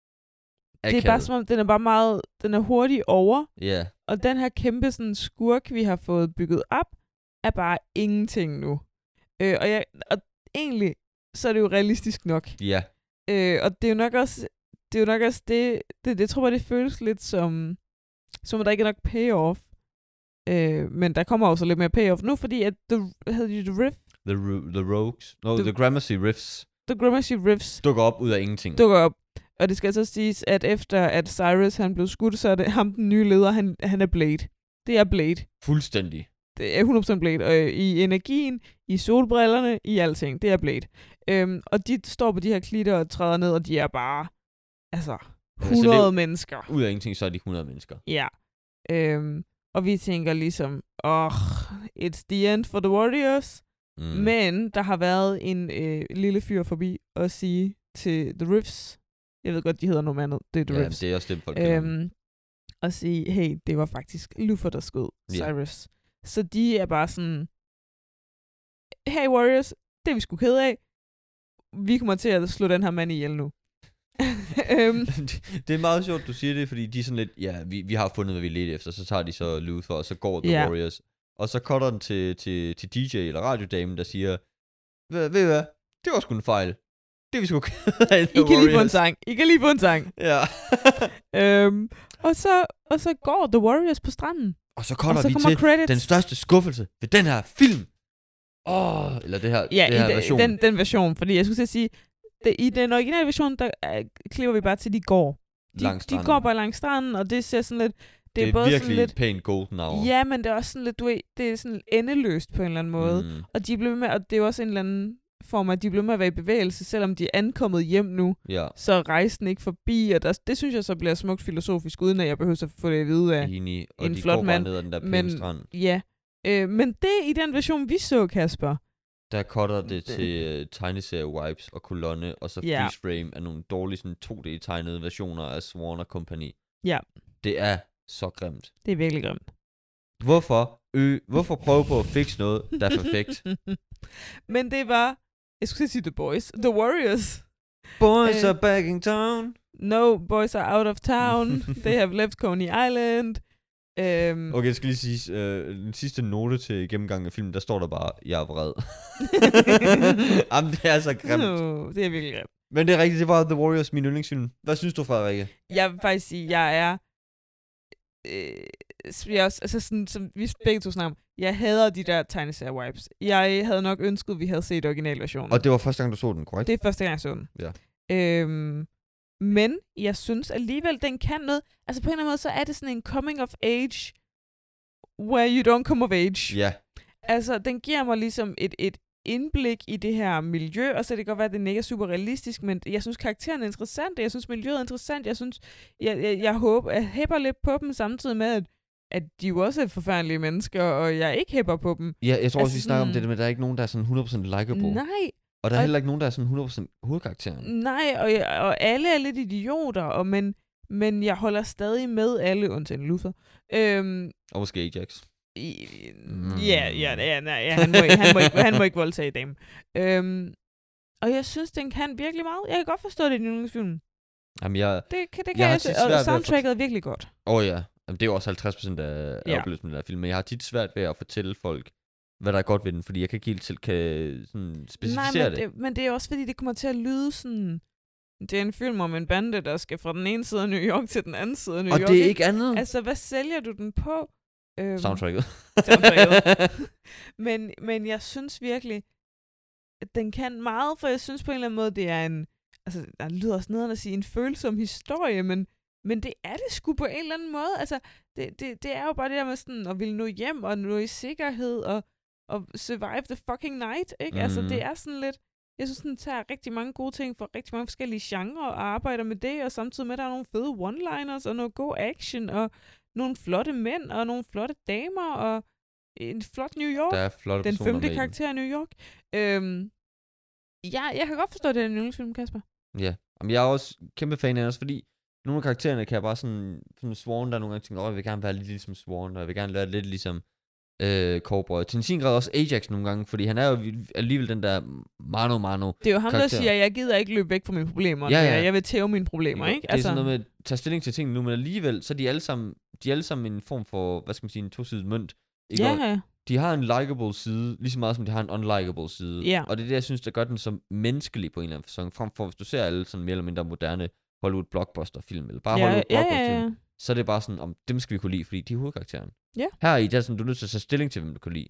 Det er bare som om, den er bare meget, den er hurtig over. Ja. Og den her kæmpe sådan skurk, vi har fået bygget op, er bare ingenting nu. Øh, og, jeg, og egentlig, så er det jo realistisk nok. Ja. Øh, og det er jo nok også, det er jo nok også det, det, det tror jeg, det føles lidt som, som at der ikke er nok payoff. Øh, men der kommer også lidt mere payoff nu, fordi at the, havde The Riff, The, Ro- the Rogues. No, The- The, the Gramercy Riffs The Gramercy Riffs dukker op ud af ingenting. dukker op. Og det skal så siges, at efter at Cyrus han blev skudt, så er det ham, den nye leder, han, han er Blade. Det er Blade. Fuldstændig. Det er hundrede procent Blade. Og øh, i energien, i solbrillerne, i alting. Det er Blade. Øhm, og de står på de her klitter og træder ned, og de er bare, altså, hundrede Altså, det- mennesker. Ud af ingenting, så er de hundrede mennesker. Ja. Øhm, og vi tænker ligesom, åh, oh, it's the end for the Warriors. Mm. Men der har været en øh, lille fyr forbi og sige til The Riffs, jeg ved godt, de hedder noget andet, det er The Ja, Riffs. det er også det, folk kender dem. øhm, og sige, hey, det var faktisk Luther, der skød Ja. Cyrus. Så de er bare sådan, hey Warriors, det er vi sgu ked af. Vi kommer til at slå den her mand ihjel nu. um, det er meget sjovt, du siger det, fordi de er sådan lidt, ja, vi, vi har fundet, hvad vi ledte efter, så tager de så Luther, og så går The yeah. Warriors. Og så cutter den til, til, til D J eller radiodamen, der siger, ved, ved I hvad, det var sgu en fejl. Det er vi sgu ked af, I kan lige få en sang. I kan lige få en sang. Ja. um, og, så, og så går The Warriors på stranden. Og så cutter og så vi til credits. Den største skuffelse ved den her film. Åh, oh, eller det her, ja, det her i version. Den, den version, fordi jeg skulle til at sige, det, i den originale version, der uh, klipper vi bare til, de går. De, de går bare langs stranden, og det ser sådan lidt... Det, det er, er både virkelig sådan lidt, pænt golden hour. Ja, men det er også sådan lidt, du ved, det er sådan endeløst på en eller anden måde. Mm. Og de blev med, og det er også en eller anden form af, at de blev med at være i bevægelse, selvom de er ankommet hjem nu, ja. så er rejsen ikke forbi, og der, det synes jeg så bliver smukt filosofisk, uden at jeg behøver at få det at vide af Enig. Og en de flot går mand. Ned ad den der men, strand. ja, øh, men det i den version, vi så, Kasper. Der cutter det til uh, tegneserie-wipes og kolonne, og så ja. freeze frame af nogle dårlige sådan to D-tegnede versioner af Swan og Company. Ja. Det er så grimt. Det er virkelig grimt. Hvorfor, ø, hvorfor prøve på at fikse noget, der er perfekt? Men det var, jeg skulle sige The Boys, The Warriors. Boys uh, are back in town. No, boys are out of town. They have left Coney Island. Um, okay, jeg skal lige sige, øh, den sidste note til gennemgangen af filmen, der står der bare, jeg er vred. Jamen, det er så grimt. No, det er virkelig grimt. Men det er rigtigt, det var The Warriors, min yndlingsfilm. Hvad synes du, Frederikke? Jeg vil faktisk sige, jeg er... Øh, jeg også, altså sådan, som vi begge to snakker om, jeg hader de der tegneserie-wipes. Jeg havde nok ønsket, at vi havde set originalversionen. Og det var første gang, du så den, korrekt? Det er første gang, jeg så den. Ja. Øhm, men jeg synes alligevel, den kan noget. Altså på en eller anden måde, så er det sådan en coming of age, where you don't come of age. Ja. Altså, den giver mig ligesom et, et indblik i det her miljø, og så kan det godt være, at den ikke er super realistisk, men jeg synes, karakteren er interessant, jeg synes, miljøet er interessant, jeg synes, jeg, jeg, jeg håber, jeg hæpper lidt på dem, samtidig med, at, at de jo også er forfærdelige mennesker, og jeg ikke hæpper på dem. Ja, jeg tror også, altså, vi snakker om det, men der er ikke nogen, der er sådan hundrede procent likeable. Nej. Og der er og, heller ikke nogen, der er sådan hundrede procent hovedkarakteren. Nej, og, og alle er lidt idioter, og men, men jeg holder stadig med alle, undtagen Luther. Øhm, og måske Ajax. I, mm. Ja, ja, ja, nej, ja han, må, han, må ikke, han må ikke voldtage dem. Øhm, og jeg synes, den kan virkelig meget. Jeg kan godt forstå det i den film. Jamen, jeg... Det, det kan jeg, jeg, jeg og soundtracket er virkelig godt. Åh oh, ja, Jamen, det er jo også halvtreds procent af, ja. af oplevelsen af den film, men jeg har tit svært ved at fortælle folk, hvad der er godt ved den, fordi jeg kan ikke helt selv kan sådan specificere Nej, men det. det. Men det er også fordi, det kommer til at lyde sådan... Det er en film om en bande, der skal fra den ene side af New York til den anden side af New og York. Og det er ikke andet. Altså, hvad sælger du den på? Øhm, Soundtracket. Soundtracket. men, men jeg synes virkelig, at den kan meget, for jeg synes på en eller anden måde, det er en, altså, der lyder også nederen at sige, en følsom historie, men, men det er det sgu på en eller anden måde. Altså, det, det, det er jo bare det der med sådan, at ville nå hjem, og nå i sikkerhed, og, og survive the fucking night, ikke? Mm. Altså, det er sådan lidt, jeg synes, den tager rigtig mange gode ting fra rigtig mange forskellige genrer, og arbejder med det, og samtidig med, at der er nogle fede one-liners, og noget god action, og nogle flotte mænd, og nogle flotte damer, og en flot New York. Der er flotte den femte med karakter i New York. Øhm, ja, jeg kan godt forstå, at det er en yndlingsfilm, Kasper. Ja, men jeg er også kæmpe fan af det, fordi nogle af karaktererne kan jeg bare sådan, sådan Swan, der nogle gange tænker, åh, jeg vil gerne være lidt ligesom Swan, og jeg vil gerne være lidt ligesom øh, Cowboy. Til sin grad også Ajax nogle gange, fordi han er jo alligevel den der mano mano. Det er jo ham, karakter. Der siger, jeg gider ikke løbe væk fra mine problemer. Ja, ja. Jeg vil tæve mine problemer, ja, ikke? Det er altså... sådan noget med at tage stilling til tingene nu, men alligevel, så er de alle sammen, de er alle sammen en form for, hvad skal man sige, en tosidig mønt. Ikke? Ja, ja. De har en likable side, lige så meget som de har en unlikable side. Ja. Og det er det, jeg synes, der gør den som menneskelig på en eller anden fasong. Frem for, hvis du ser alle sådan mere eller mindre moderne Hollywood blockbuster-film, eller bare ja, Hollywood ja, blockbuster-film, ja, ja. så er det bare sådan, om dem skal vi kunne lide, fordi de er hovedkarakteren. Ja. Her i det er sådan, du er nødt til at tage stilling til, hvem du kan lide.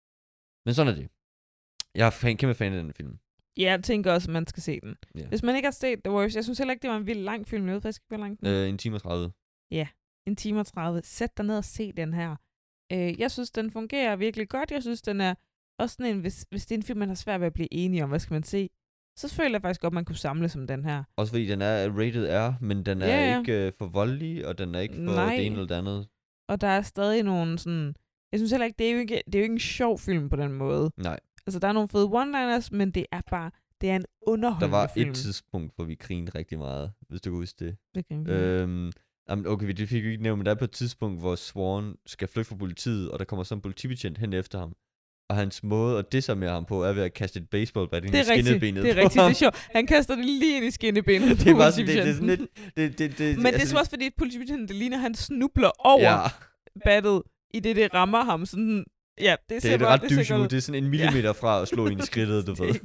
Men sådan er det. Jeg er en kæmpe fan af den film. Ja, jeg tænker også, at man skal se den. Yeah. Hvis man ikke har set The Warriors, jeg synes heller ikke, det var en vild lang film. Jeg ved faktisk ikke, hvor lang den øh, En time og tredive. Ja, en time og tredive. Sæt dig ned og se den her. Øh, jeg synes, den fungerer virkelig godt. Jeg synes, den er også sådan en, hvis, hvis det er en film, man har svært ved at blive enige om, hvad skal man se, så føler jeg faktisk godt, man kunne samle som den her. Også fordi den er rated R, men den er ja, ja. ikke øh, for voldelig, og den er ikke for Nej. det ene eller det andet. Og der er stadig nogle sådan... Jeg synes heller ikke, det er jo ikke, det er jo ikke en sjov film på den måde. Nej. Altså, der er nogle fede one-liners, men det er bare... Det er en underholdende film. Der var film. Et tidspunkt, hvor vi grinede rigtig meget, hvis du kan huske det. det kan øhm, Jamen, okay, det fik vi ikke nævnt, men der er på et tidspunkt, hvor Swan skal flygte fra politiet, og der kommer sådan en politibetjent hen efter ham. Og hans måde at desarmere ham på, er ved at kaste et baseballbat ind i skinnebenet. Det er rigtigt, det er sjovt. Han kaster det lige ind i skinnebenet. Det er bare sådan, det, det er sådan lidt... Det, det, det, Men altså, det er også fordi, at politibetjenten, det ligner, han snubler over ja. battet, i det, det rammer ham. Sådan, ja, det, det er bare, ret dybt ud. Det er sådan en millimeter ja. fra at slå ind i skridtet, du ved.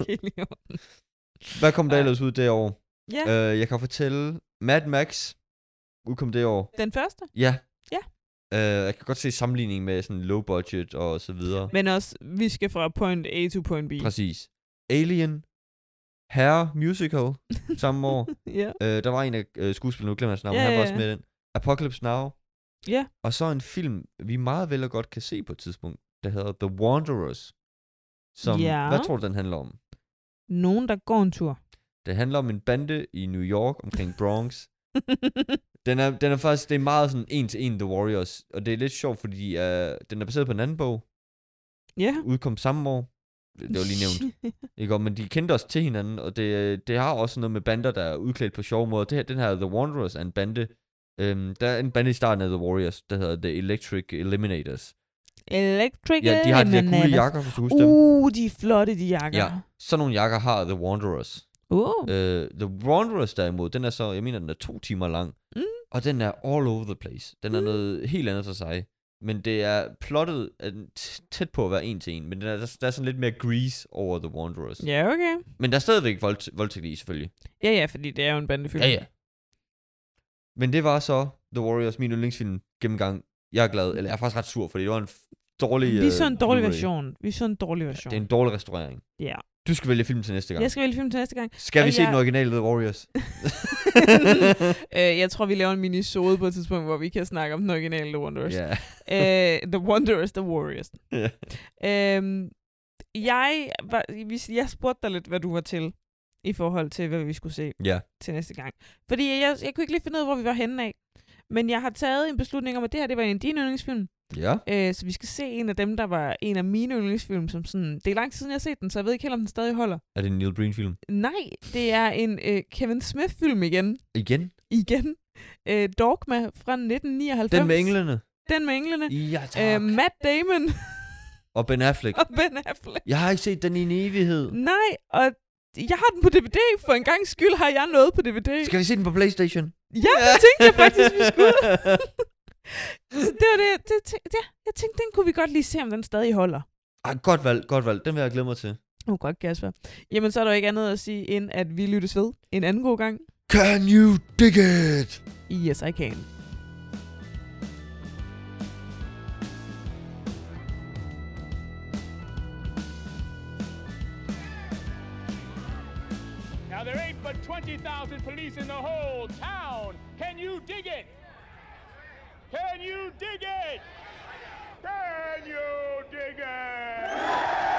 Hvad kom der ja. ellers ud det år? Ja. Uh, jeg kan fortælle, Mad Max udkom det år. Den første? Ja. Ja. Uh, jeg kan godt se sammenligning med sådan low budget og så videre. Men også, vi skal fra point A til point B. Præcis. Alien, Hair Musical, samme år. ja. uh, der var en af uh, skuespillerne, nu glemmer jeg navn, ja, han var også med den. Apocalypse Now. Ja. Og så en film, vi meget vel og godt kan se på et tidspunkt, der hedder The Wanderers. Som, ja. Hvad tror du, den handler om? Nogen, der går en tur. Det handler om en bande i New York, omkring Bronx. den, er, den er faktisk, det er meget sådan en til en The Warriors. Og det er lidt sjovt, fordi uh, den er baseret på en anden bog. Ja. Yeah. Udkom samme år. Det var lige nævnt. Ikke? Men de kendte os til hinanden, og det, det har også noget med bander, der er udklædt på sjove måder. Det her, den her The Wanderers er en bande. Um, der er en bande i starten af The Warriors, der hedder The Electric Eliminators. Electric Ja, de har de der gule jakker, hvis du husker dem. Uh, de er flotte, de jakker. Ja, sådan nogle jakker har The Wanderers. Uh. Uh, The Wanderers derimod, den er så, jeg mener, den er to timer lang. Mm. Og den er all over the place. Den er mm. noget helt andet for sig. Men det er plottet tæt på at være en til en. Men der er, der er sådan lidt mere grease over The Wanderers. Ja, okay. Men der er stadigvæk voldt, voldtægt i, selvfølgelig. Ja, ja, fordi det er jo en bandefilm. Ja, ja. Men det var så The Warriors, min yndlingsfilm gennemgang. Jeg er glad, eller jeg er faktisk ret sur, fordi det var en dårlig... Vi så en dårlig uh, version. Vi så en dårlig version. Det er en dårlig restaurering. Ja. Du skal vælge film til næste gang. Jeg skal vælge film til næste gang. Skal vi og se jeg... den originale The Warriors? uh, jeg tror, vi laver en mini-sode på et tidspunkt, hvor vi kan snakke om den originale The Wanderers. Yeah. uh, The Wanderers, The Warriors. Yeah. Um, jeg, var, jeg spurgte dig lidt, hvad du var til, i forhold til, hvad vi skulle se yeah. til næste gang. Fordi jeg, jeg kunne ikke lige finde ud af, hvor vi var henne af. Men jeg har taget en beslutning om, at det her, det var en af dine yndlingsfilm. Ja. Øh, så vi skal se en af dem, der var en af mine yndlingsfilm, som sådan... Det er lang tid siden, jeg har set den, så jeg ved ikke helt, om den stadig holder. Er det en Neil Breen-film? Nej, det er en øh, Kevin Smith-film igen. Igen? Igen. Øh, Dogma fra nitten nioghalvfems. Den med englene? Den med englene. Ja, tak. Øh, Matt Damon. Og Ben Affleck. Og Ben Affleck. Jeg har ikke set den i en evighed. Nej, og jeg har den på D V D. For en gang skyld har jeg noget på D V D. Skal vi se den på PlayStation? Ja, det tænkte jeg faktisk, vi skulle. Så det var det, det, det, ja, jeg tænkte, den kunne vi godt lige se, om den stadig holder. Ej, godt valg, godt valg. Den vil jeg glæde mig til. Åh, oh, godt, Kasper. Jamen, så er der jo ikke andet at sige, end at vi lyttes ved en anden god gang. Can you dig it? Yes, I can. Now, there ain't but twenty thousand police in the whole town. Can you dig it? Can you dig it? Can you dig it?